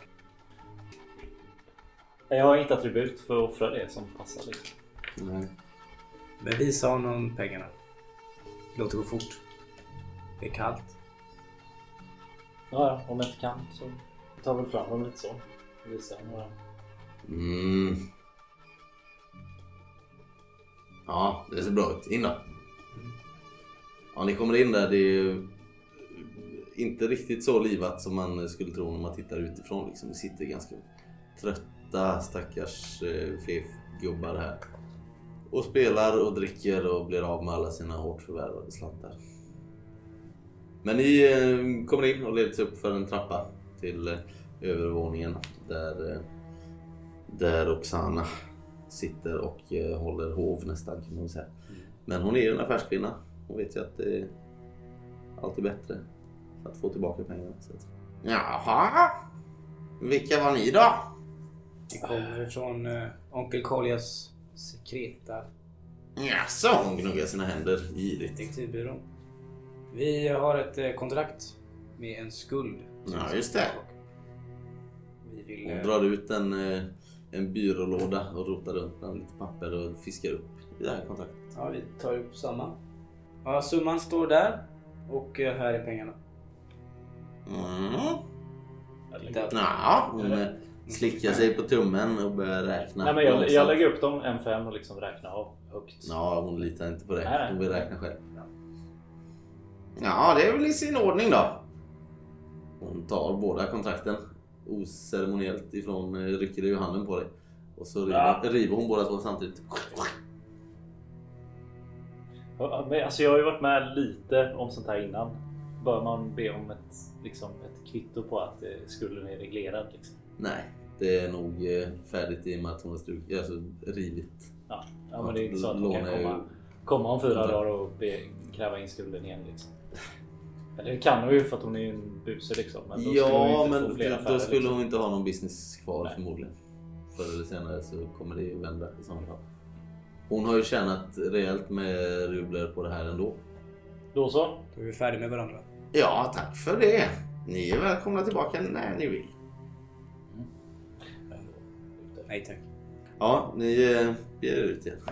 Jag har inte attribut för att offra det som passar liksom. Nej. Men visa honom pengarna. Låt det gå fort. Det är kallt. Ja, ja, om jag inte kan så tar väl fram dem lite så. Visa några. Mm. Ja, det ser bra ut. In då. Ja, ni kommer in där. Det är ju inte riktigt så livat som man skulle tro när man tittar utifrån. Liksom. Det sitter ganska trötta stackars eh, fef-gubbar här. Och spelar och dricker och blir av med alla sina hårt förvärvade slantar. Men ni eh, kommer in och leds upp för en trappa till eh, övervåningen där, eh, där Oksana sitter och eh, håller hov nästan, kan man säga. Men hon är ju en affärskvinna. Hon vet ju att det är alltid bättre att få tillbaka pengarna. Så att... Jaha, vilka var ni då? Vi kommer från uh, onkel Koljas sekreta Jaså, hon gnuggar sina händer girigt. detektivbyrån. Vi har ett uh, kontrakt med en skuld. Ja, just det. Vi vill... Hon Uh, drar ut en, eh, en byrålåda och rotar runt bland lite papper och fiskar upp i det här kontraktet. ja, vi tar upp samma. Ja, summan står där och uh, här är pengarna. Mm. Där. Ja, hon eh, slickar sig på tummen och börjar räkna. Nej, men jag, långsamt. jag lägger upp dem en fem och liksom räknar av högt. Ja, hon litar inte på det. Nej. Hon vill räkna själv. Ja, det är väl i sin ordning då. Hon tar båda kontrakten oceremoniellt ifrån, eh, rycker det ju handen på dig. Och så river, Ja. river hon båda två samtidigt. Ja, men alltså jag har ju varit med lite om sånt här innan. Bör man be om ett, liksom, ett kvitto på att eh, skulden är reglerad? Liksom? Nej, det är nog eh, färdigt i och med att hon har strukit, alltså rivit. Ja, ja, men det är inte så att hon Låna kan är ju- komma, komma om fyra dagar och be, kräva in skulden igen. Liksom. Eller det kan hon ju för att hon är en buse liksom. Men då skulle hon ju Ja, inte få men fler då affärer, skulle liksom. hon inte ha någon business kvar. Nej. Förmodligen. Förr eller senare så kommer det ju vända i sådana fall. Hon har ju tjänat rejält med rubler på det här ändå. Då så. Då är vi färdiga med varandra. Ja, tack för det. Ni är välkomna tillbaka när ni vill. Nej tack. Ja, ni eh, ger er ut igen.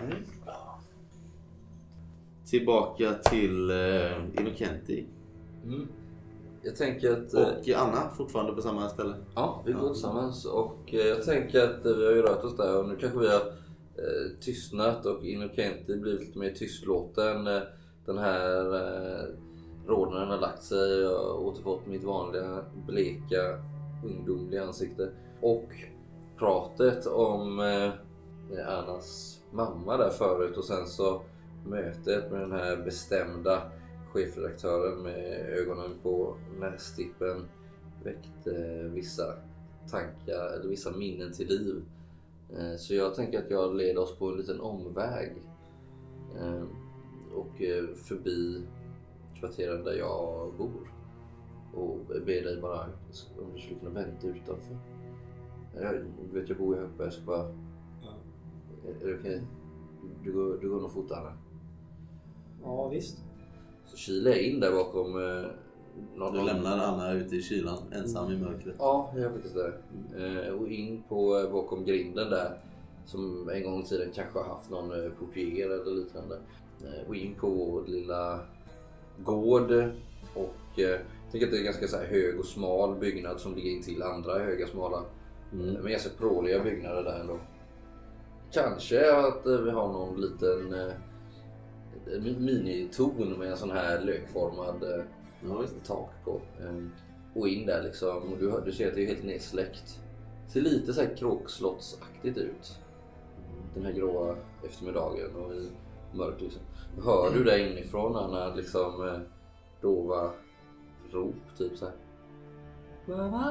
Tillbaka till eh, Innocenti. Mm. Jag tänker att... eh, Och Anna fortfarande på samma ställe. Ja, vi går tillsammans och eh, jag tänker att eh, vi har ju rört oss där och nu kanske vi har eh, tystnat och Innocenti blivit lite mer tystlåten. Eh, den här eh, rodnaden har lagt sig och återfått mitt vanliga bleka ungdomliga ansikte. Och pratet om eh, Annas mamma där förut och sen så mötet med den här bestämda chefredaktören med ögonen på nästippen väckte vissa tankar eller vissa minnen till liv. Eh, Så jag tänker att jag leder oss på en liten omväg eh, och eh, förbi kvarteren där jag bor och ber dig bara om du skulle kunna vänta utanför. Jag, du vet jag bor här uppe, jag ska bara... Är det okej? Du går, du går nog fort Anna. Ja, visst. Så kilar jag in där bakom eh, någon Du lämnar Anna ute i kylan ensam i mörkret. Ja, jag gör faktiskt det. Eh, och in på eh, bakom grinden där som en gång i tiden kanske har haft någon eh, portier eller liknande. Eh, och in på vår lilla gård och eh, jag tänker att det är en ganska så här, hög och smal byggnad som ligger in till andra höga smala. Mm. Men ganska pråliga byggnader där ändå. Kanske att eh, vi har någon liten eh, minitorn med en sån här lökformad eh, Ja, visst. tak på. Um, och in där liksom. Och du, du ser att det är helt nedsläckt. Ser lite så här kråkslottsaktigt ut. Den här gråa eftermiddagen och i mörk liksom. Hör du där inifrån Anna liksom eh, dova rop typ så här. Mamma?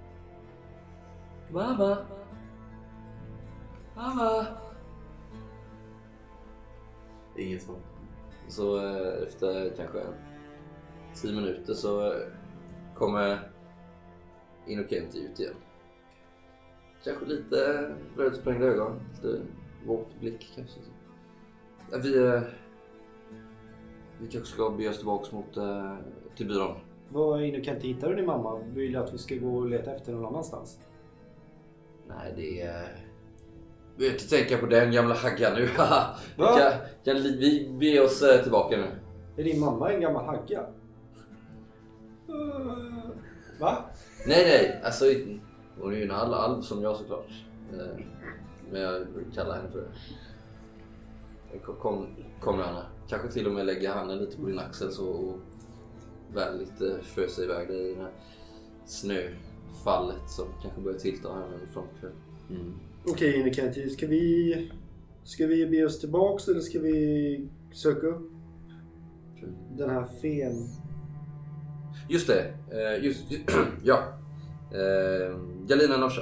Mamma? Mamma? Inget svar. Så eh, efter kanske tio minuter så eh, kommer Innocenti ut igen. Kanske lite rödsprängda ögon, lite våt blick kanske. Ja, vi, eh, vi kanske ska bege oss tillbaka mot eh, till byrån. Vad Innocenti, hittar du din mamma? Vill du att vi ska gå och leta efter någon annanstans? Nej, det är... Vi behöver inte tänka på den gamla haggan nu. vi, Va? kan, kan, vi beger oss eh, tillbaka nu. Är din mamma en gammal hagga? Uh, va? Nej, nej. Alltså, hon är ju en alv, alv som jag såklart. Eh, Men jag kallar henne för det. Kom, kom, kom nu Anna. Kanske till och med lägga handen lite på din axel så och väldigt eh, fösa iväg dig i det här snöfallet som kanske börjar tillta här med framkväll. Mm. Okej Innocenti, ska vi Ska vi be oss tillbaks eller ska vi söka upp den här fen? Just det. Eh, just, ja. Eh, Galina Norsa.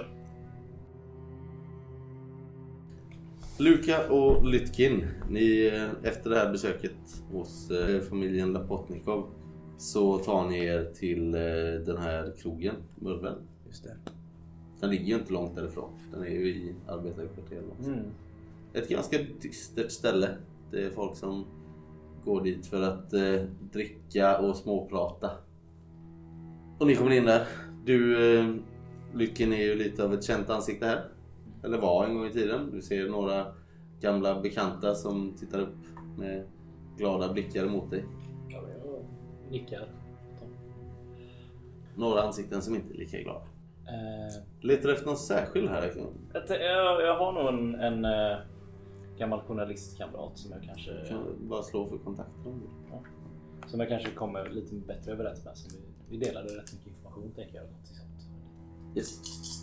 Luka och Lytkin, ni efter det här besöket hos eh, familjen Lapotnikov så tar ni er till eh, den här krogen, Murven. Just det. Den ligger ju inte långt därifrån. Den är ju i arbetarkvarteret. Mm. Ett ganska dystert ställe. Det är folk som går dit för att eh, dricka och småprata. Och ni kommer in där. Du, eh, Lycken är ju lite av ett känt ansikte här. Eller var en gång i tiden. Du ser några gamla bekanta som tittar upp med glada blickar mot dig. Ja, jag nickar. Några ansikten som inte är lika glada. Eh, Letar efter någon särskild här? jag, jag, jag har nog en, en äh, gammal journalistkamrat som jag kanske Kan du bara slå för kontakter? ja, som jag kanske kommer lite bättre överens med. Som vi, vi delade rätt mycket information, tänker jag. Något sånt. Yes.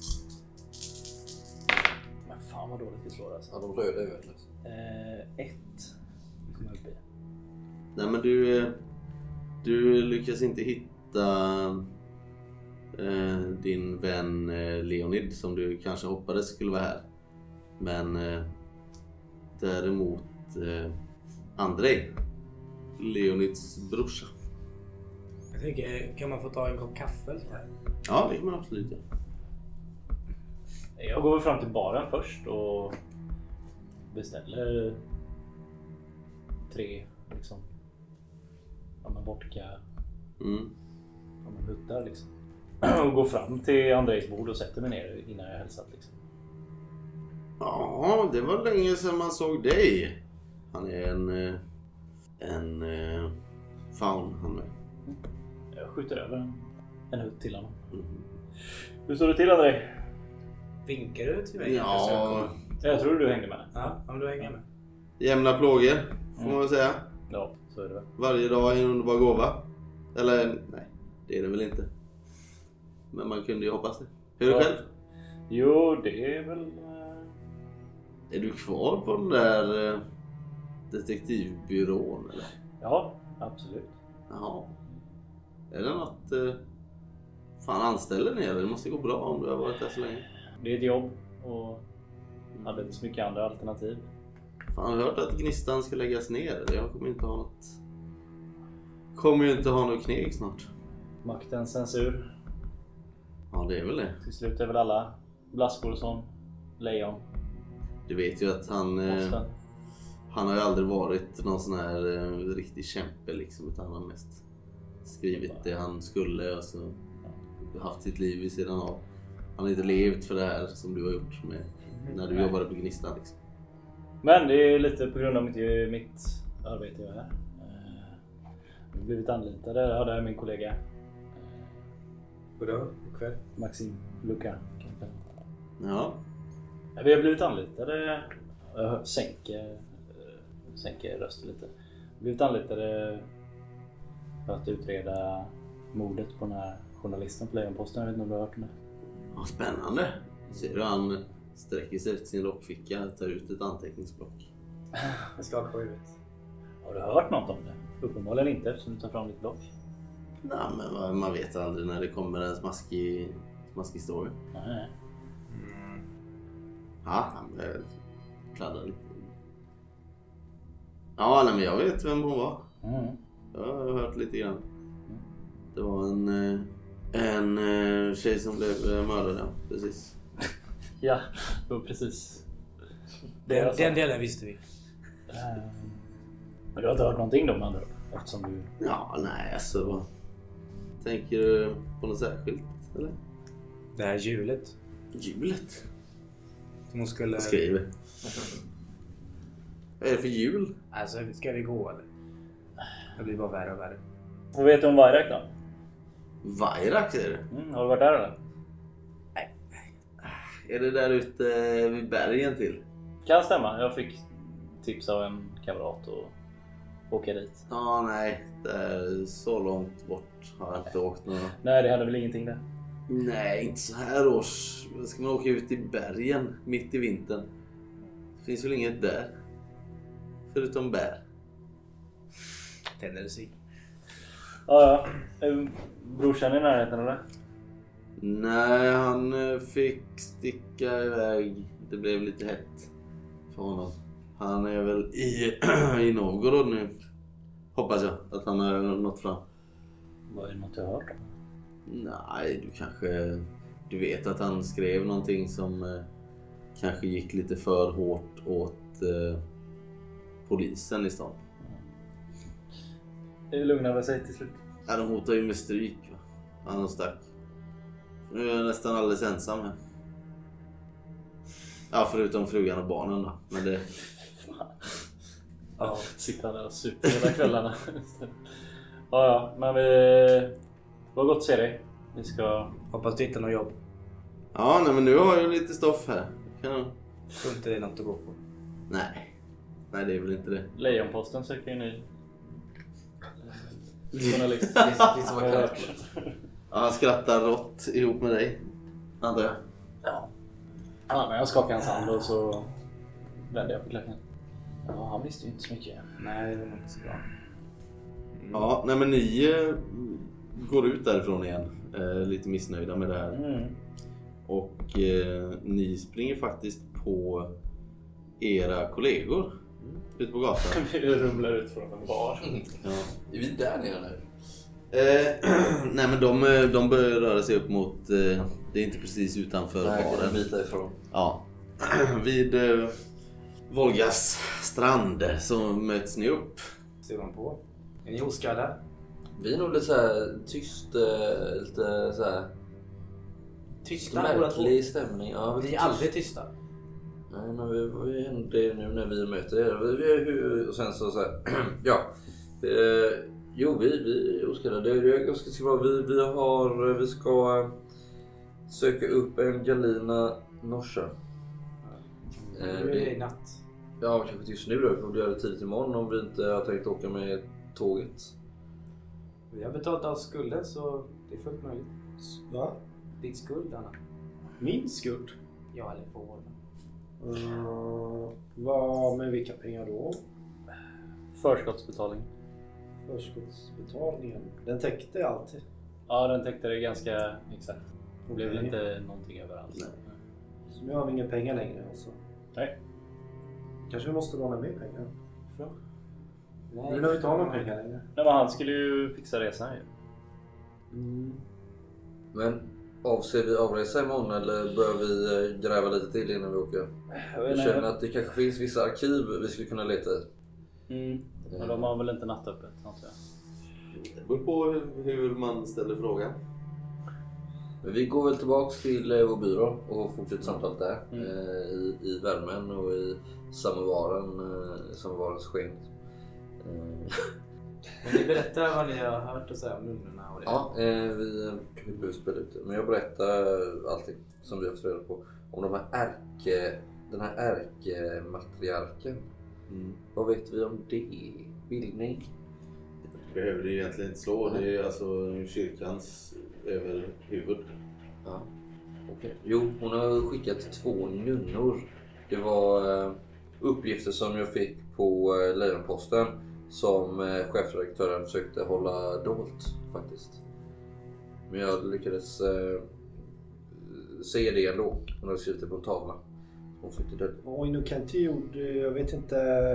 Men fan vad dåligt vi slår alltså. Ja, de röda är värdelösa. Eh, ett. Vi kommer upp i. Nej, men du, eh, du lyckas inte hitta eh, din vän eh, Leonid som du kanske hoppades skulle vara här. Men eh, däremot eh, Andrei, Leonids brorsa. Jag tänker, kan man få ta en kopp kaffe eller så här? Ja, det kan man absolut göra. Jag går väl fram till baren först och beställer tre liksom. Ja, men vodka. Mm. Ja, men huttar liksom. Och går fram till Andrejs bord och sätter mig ner innan jag hälsat liksom. Ja, det var länge sedan man såg dig. Han är en eh, en eh, faun han med. Jag skjuter över en, en hutt till honom. Mm. Hur står det till, Andrej? Vinkar du till mig? Ja, Jag tror du hängde med. Ja, om du hänger med. jämna plågor får man väl säga. Ja, så är det väl. Varje dag är en underbar gåva. Eller nej, det är det väl inte. Men man kunde ju hoppas det. Hur är det Ja. själv? Jo, det är väl... eh, Är du kvar på den där eh, detektivbyrån eller? Ja, absolut. Jaha. Är det något... Eh, fan, anställer ni eller? Det måste gå bra om du har varit där så länge. Det är ett jobb och hade inte så mycket andra alternativ. Fan, jag har hört att Gnistan ska läggas ner. Jag kommer inte ha något... Kommer ju inte ha något kneg snart. Makten, censur. Ja, det är väl det. Till slut är väl alla blaskor som lejon. Du vet ju att han... Eh, Ofta. han har ju aldrig varit någon sån här eh, riktig kämpe liksom. Utan han har mest skrivit det han skulle och så haft sitt liv vid sidan av. Han har inte levt för det här som du har gjort med när du Nej. jobbade på Gnistan liksom. Men det är lite på grund av mitt, mitt arbete jag är här. Eh, Jag har blivit anlitade. Ja, det är min kollega. eh, Goddag, god kväll. Maxim Luka. Ja. Ja, vi har blivit anlitade. Jag sänker, eh, sänker rösten lite. Vi har blivit anlitade för att utreda mordet på den här journalisten på Lejonposten. Jag vet inte om du har hört om det. Ja, spännande. Ser du han sträcker sig efter sin rockficka och tar ut ett anteckningsblock. Jag skakar på huvudet. Har du hört något om det? Uppenbarligen inte eftersom du tar fram ditt block. Nej, men vad- man vet aldrig när det kommer en smaskig, smaskig story. Nej. Ja, han eh, kladdar lite. Ja, nej, men jag vet vem hon var. Mm. Jag har hört lite grann. Det var en, eh, en eh, tjej som blev eh, mördad, ja. Precis. Ja, det var precis. Det Den, jag sa. den delen visste vi. Eh, Men du har inte hört någonting då med andra ord? Eftersom du... Ja, nej, alltså. Vad... Tänker du på något särskilt, eller? Det här hjulet. Hjulet? Som hon skulle... Jag skriver. Vad är det för jul? Alltså, ska vi gå eller? Det blir bara värre och värre. Vad vet du om Vajrak då? Vajrak är det. Mm, har du varit där eller? Är det där ute vid bergen till? Kan stämma. Jag fick tips av en kamrat och åka dit. Ja, nej. Det är så långt bort har jag inte åkt några. Nej, det hade väl ingenting där. Nej, inte så här års. Ska man åka ut i bergen mitt i vintern? Det Finns väl inget där. Förutom bär. Tänder det sig. Ja, ja. Är brorsan i närheten eller? Nej, han eh, fick sticka iväg. Det blev lite hett för honom. Han är väl i, i Novgorod nu. Hoppas jag att han har nått fram. Vad är det något jag har hört om? Nej, du kanske... Du vet att han skrev någonting som eh, kanske gick lite för hårt åt eh, polisen i stan. Det lugnade sig till slut. Ja, de hotar ju med stryk. Va? Han stack. Nu är jag nästan alldeles ensam här. Ja, förutom frugan och barnen då. Men det... Ja, sitta där och super hela kvällarna. Ja, ja, men vi... Det var gott att se dig. Vi ska... Hoppas du hittar något jobb. Ja, nej, men nu har jag lite stoff här. Kan... Tror inte det är något att gå på. Nej. Nej, det är väl inte det. Lejonposten söker ju ny journalist. Det finns som Ja, Ja, han skrattar rått ihop med dig. Antar jag. ja. Ja, men jag skakar hans hand och så vände jag på klacken. Ja, han visste ju inte så mycket. Nej, det var inte så bra. Ja, nej men ni eh, går ut därifrån igen. Eh, lite missnöjda med det här. Mm. Och eh, ni springer faktiskt på era kollegor ute på gatan. Vi rumlar ut från en bar. Ja. Är vi där nere nu? Eh, nej men de, de börjar röra sig upp mot, eh, det är inte precis utanför Nej, jag kan baren. bita ifrån. Ja. Vid eh, Volgas strand så möts ni upp. Ser de på? Är ni oskadda? Vi är nog lite så här tyst, eh, lite så här Tysta båda två. märklig stämning. Ja, Vi lite är aldrig tysta. Nej, men vi, vi är det nu när vi möter er. Vi, vi, hur, och sen så så här, ja. Eh, jo, vi, vi är oskadda. Det är ganska bra. Vi, vi har, vi ska eh, söka upp en Galina Norsa. Nu är det i natt. Ja, kanske inte just nu då. Vi får göra det tidigt imorgon om vi inte har tänkt åka med tåget. Vi har betalat av skulden så det är fullt möjligt. Va? Din skuld, Anna. Min skuld? Ja, eller vår. Uh, vad med vilka pengar då? Förskottsbetalning. Förskottsbetalningen. Den täckte alltid. Ja, den täckte det ganska exakt. Det blev Okej. inte någonting överallt. Nej. Så nu har vi inga pengar längre alltså. Nej. Kanske vi måste låna mer pengar. Nej, Nu när vi inte har några pengar längre. Nej, men han skulle ju fixa resan ju. Mm. Men avser vi avresa imorgon eller bör vi eh, gräva lite till innan vi åker? Jag Jag känner att det kanske finns vissa arkiv vi skulle kunna leta i. Mm. Men de har väl inte nattöppet, antar jag. Det beror på hur, hur man ställer frågan. Men vi går väl tillbaks till eh, vår byrå och fortsätter samtalet där. Mm. Eh, i, I värmen och i samovaren, eh, samovarens sken. Eh, Men ni berättar vad ni har hört och så här om nunnorna och det. ja, eh, vi, vi behöver spela ut det. Men jag berättar allting som vi har fått reda på. Om de här ärke, den här ärkematriarken. Mm. Vad vet vi om det? Bildning? Det behöver du egentligen inte slå. Det är alltså kyrkans överhuvud. Ja, okej. Jo, hon har skickat två nunnor. Det var eh, uppgifter som jag fick på eh, Lejonposten som eh, chefredaktören försökte hålla dolt faktiskt. Men jag lyckades eh, se det ändå. Hon hade skrivit det på en tavla. Hon försökte dölja. Oj, nu kan inte gjorde, jag vet inte.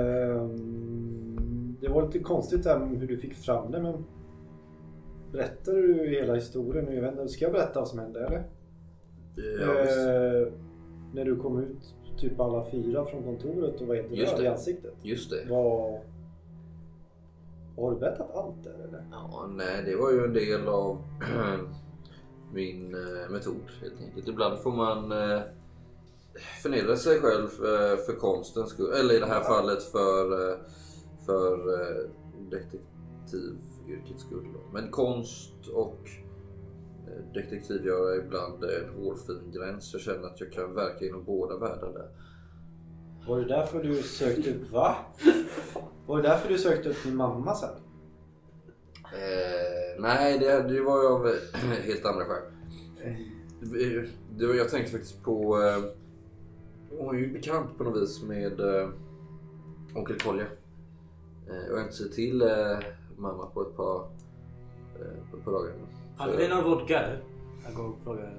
um, Det var lite konstigt där hur du fick fram det, men berättar du hela historien nu? Jag vet inte, ska jag berätta vad som hände eller? Ja, visst. Eh, när du kom ut typ alla fyra från kontoret och var helt Just röd det. i ansiktet. Just det. Vad... Har du berättat allt där eller? Ja, nej, det var ju en del av min eh, metod helt enkelt. Ibland får man eh, förnedra sig själv eh, för konstens skull. Eller i det här Ja. fallet för, eh, för eh, detektivyrkets skull. då. Men konst och eh, detektiv gör ibland en hårfin gräns. Jag känner att jag kan verka inom båda världar där. Var det därför du sökte upp, va? Var det därför du sökte upp din mamma sen? Eh, nej, det, det var ju av helt andra skäl. Det var, jag tänkte faktiskt på... Eh, hon är ju bekant på något vis med äh, onkel Kolja. Äh, jag har inte sett till äh, mamma på ett par, äh, på ett par dagar. Hade vi någon vodka eller? Jag går och frågar.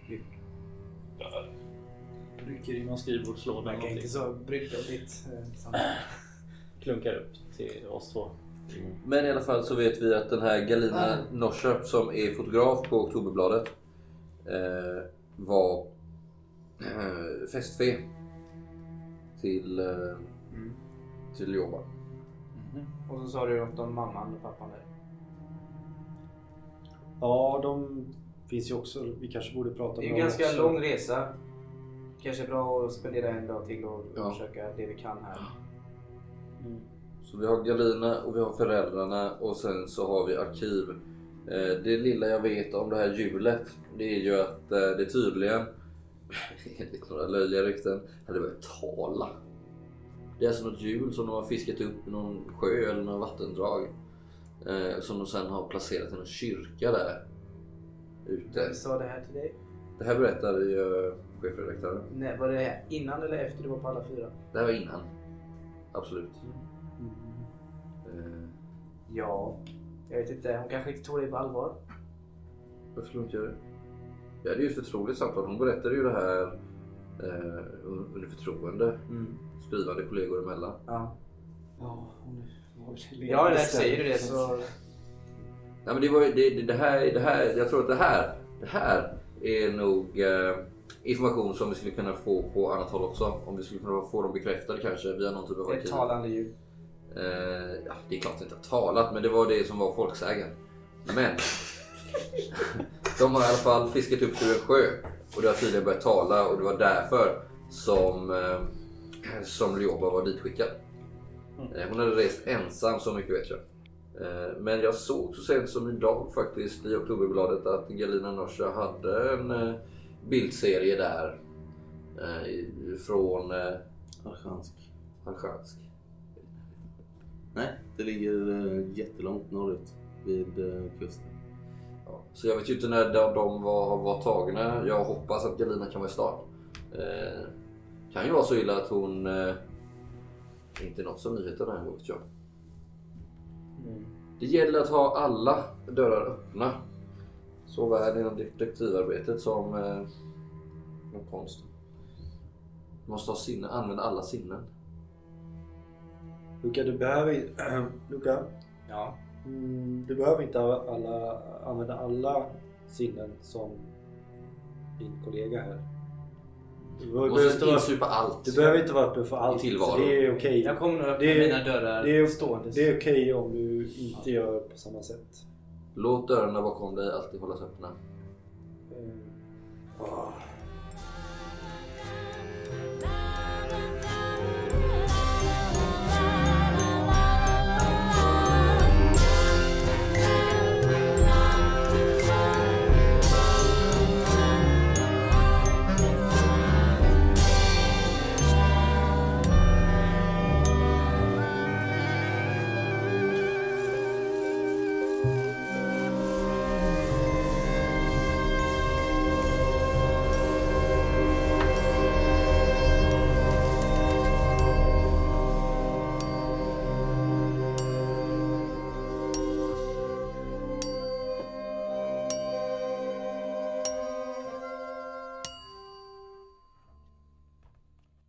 Rycker i någon skrivbordslåda. Verkar inte så bryggarligt. Klunkar upp till oss två. Mm. Men i alla fall så vet vi att den här Galina mm. Norrköp som är fotograf på Oktoberbladet eh, var eh, festfe till, eh, mm. till Lioba. Mm. Och så sa du något om mamman och pappan där. Ja, de finns ju också. Vi kanske borde prata med dem. Det är en ganska också. lång resa. Kanske bra att spendera en dag till och ja. försöka det vi kan här. Mm. Så vi har Galina och vi har föräldrarna och sen så har vi arkiv. Eh, det lilla jag vet om det här hjulet, det är ju att eh, det tydligen, enligt några löjliga rykten, hade börjat tala. Det är alltså något hjul som de har fiskat upp i någon sjö eller någon vattendrag. Eh, som de sen har placerat i en kyrka där ute. Vem sa det här till dig? Det här berättade ju chefredaktören. Nej, var det här innan eller efter du var på alla fyra? Det här var innan. Absolut. Mm. Eh, ja, jag vet inte. Hon kanske inte tog det på allvar. Varför skulle hon inte göra det? Ja, det är ju ett förtroligt samtal. Hon berättade ju det här eh, under förtroende. Mm. Skrivande kollegor emellan. Ja. Ja, hon Ja, det säger du det så... Nej, men det var ju det, det, det här, det här, jag tror att det här, det här är nog eh, information som vi skulle kunna få på annat håll också. Om vi skulle kunna få dem bekräftade kanske via någon typ av arkiv. Ett talande ljud. Eh, ja, det är klart inte talat, men det var det som var folksägen. Men de har i alla fall fiskat upp ur en sjö och det har tydligen börjat tala och det var därför som, eh, som Lioba var ditskickad. Eh, hon hade rest ensam, så mycket vet jag. Eh, men jag såg så sent som idag faktiskt i Oktoberbladet att Galina Norrköp hade en eh, bildserie där eh, från eh, Archansk. Archansk. Nej, det ligger uh, jättelångt norrut vid uh, kusten. Ja, så jag vet ju inte när de, de var, var tagna. Jag hoppas att Galina kan vara i stad. Eh, kan ju vara så illa att hon eh, inte något som nyheter där, vet jag. Mm. Det gäller att ha alla dörrar öppna. Såväl inom detektivarbetet som eh, konst. Man måste ha sinne, använda alla sinnen. Luka, du behöver Luka, ja. mm, du behöver inte alla, använda alla sinnen som din kollega här. Du måste inte insupa allt. Du behöver inte vara öppen för allt. Det är okej. Okay. Jag kommer nog öppna det är, mina dörrar det är, stående. Det är okej okay om du inte gör på samma sätt. Låt dörrarna bakom dig alltid hållas öppna. Mm. Oh.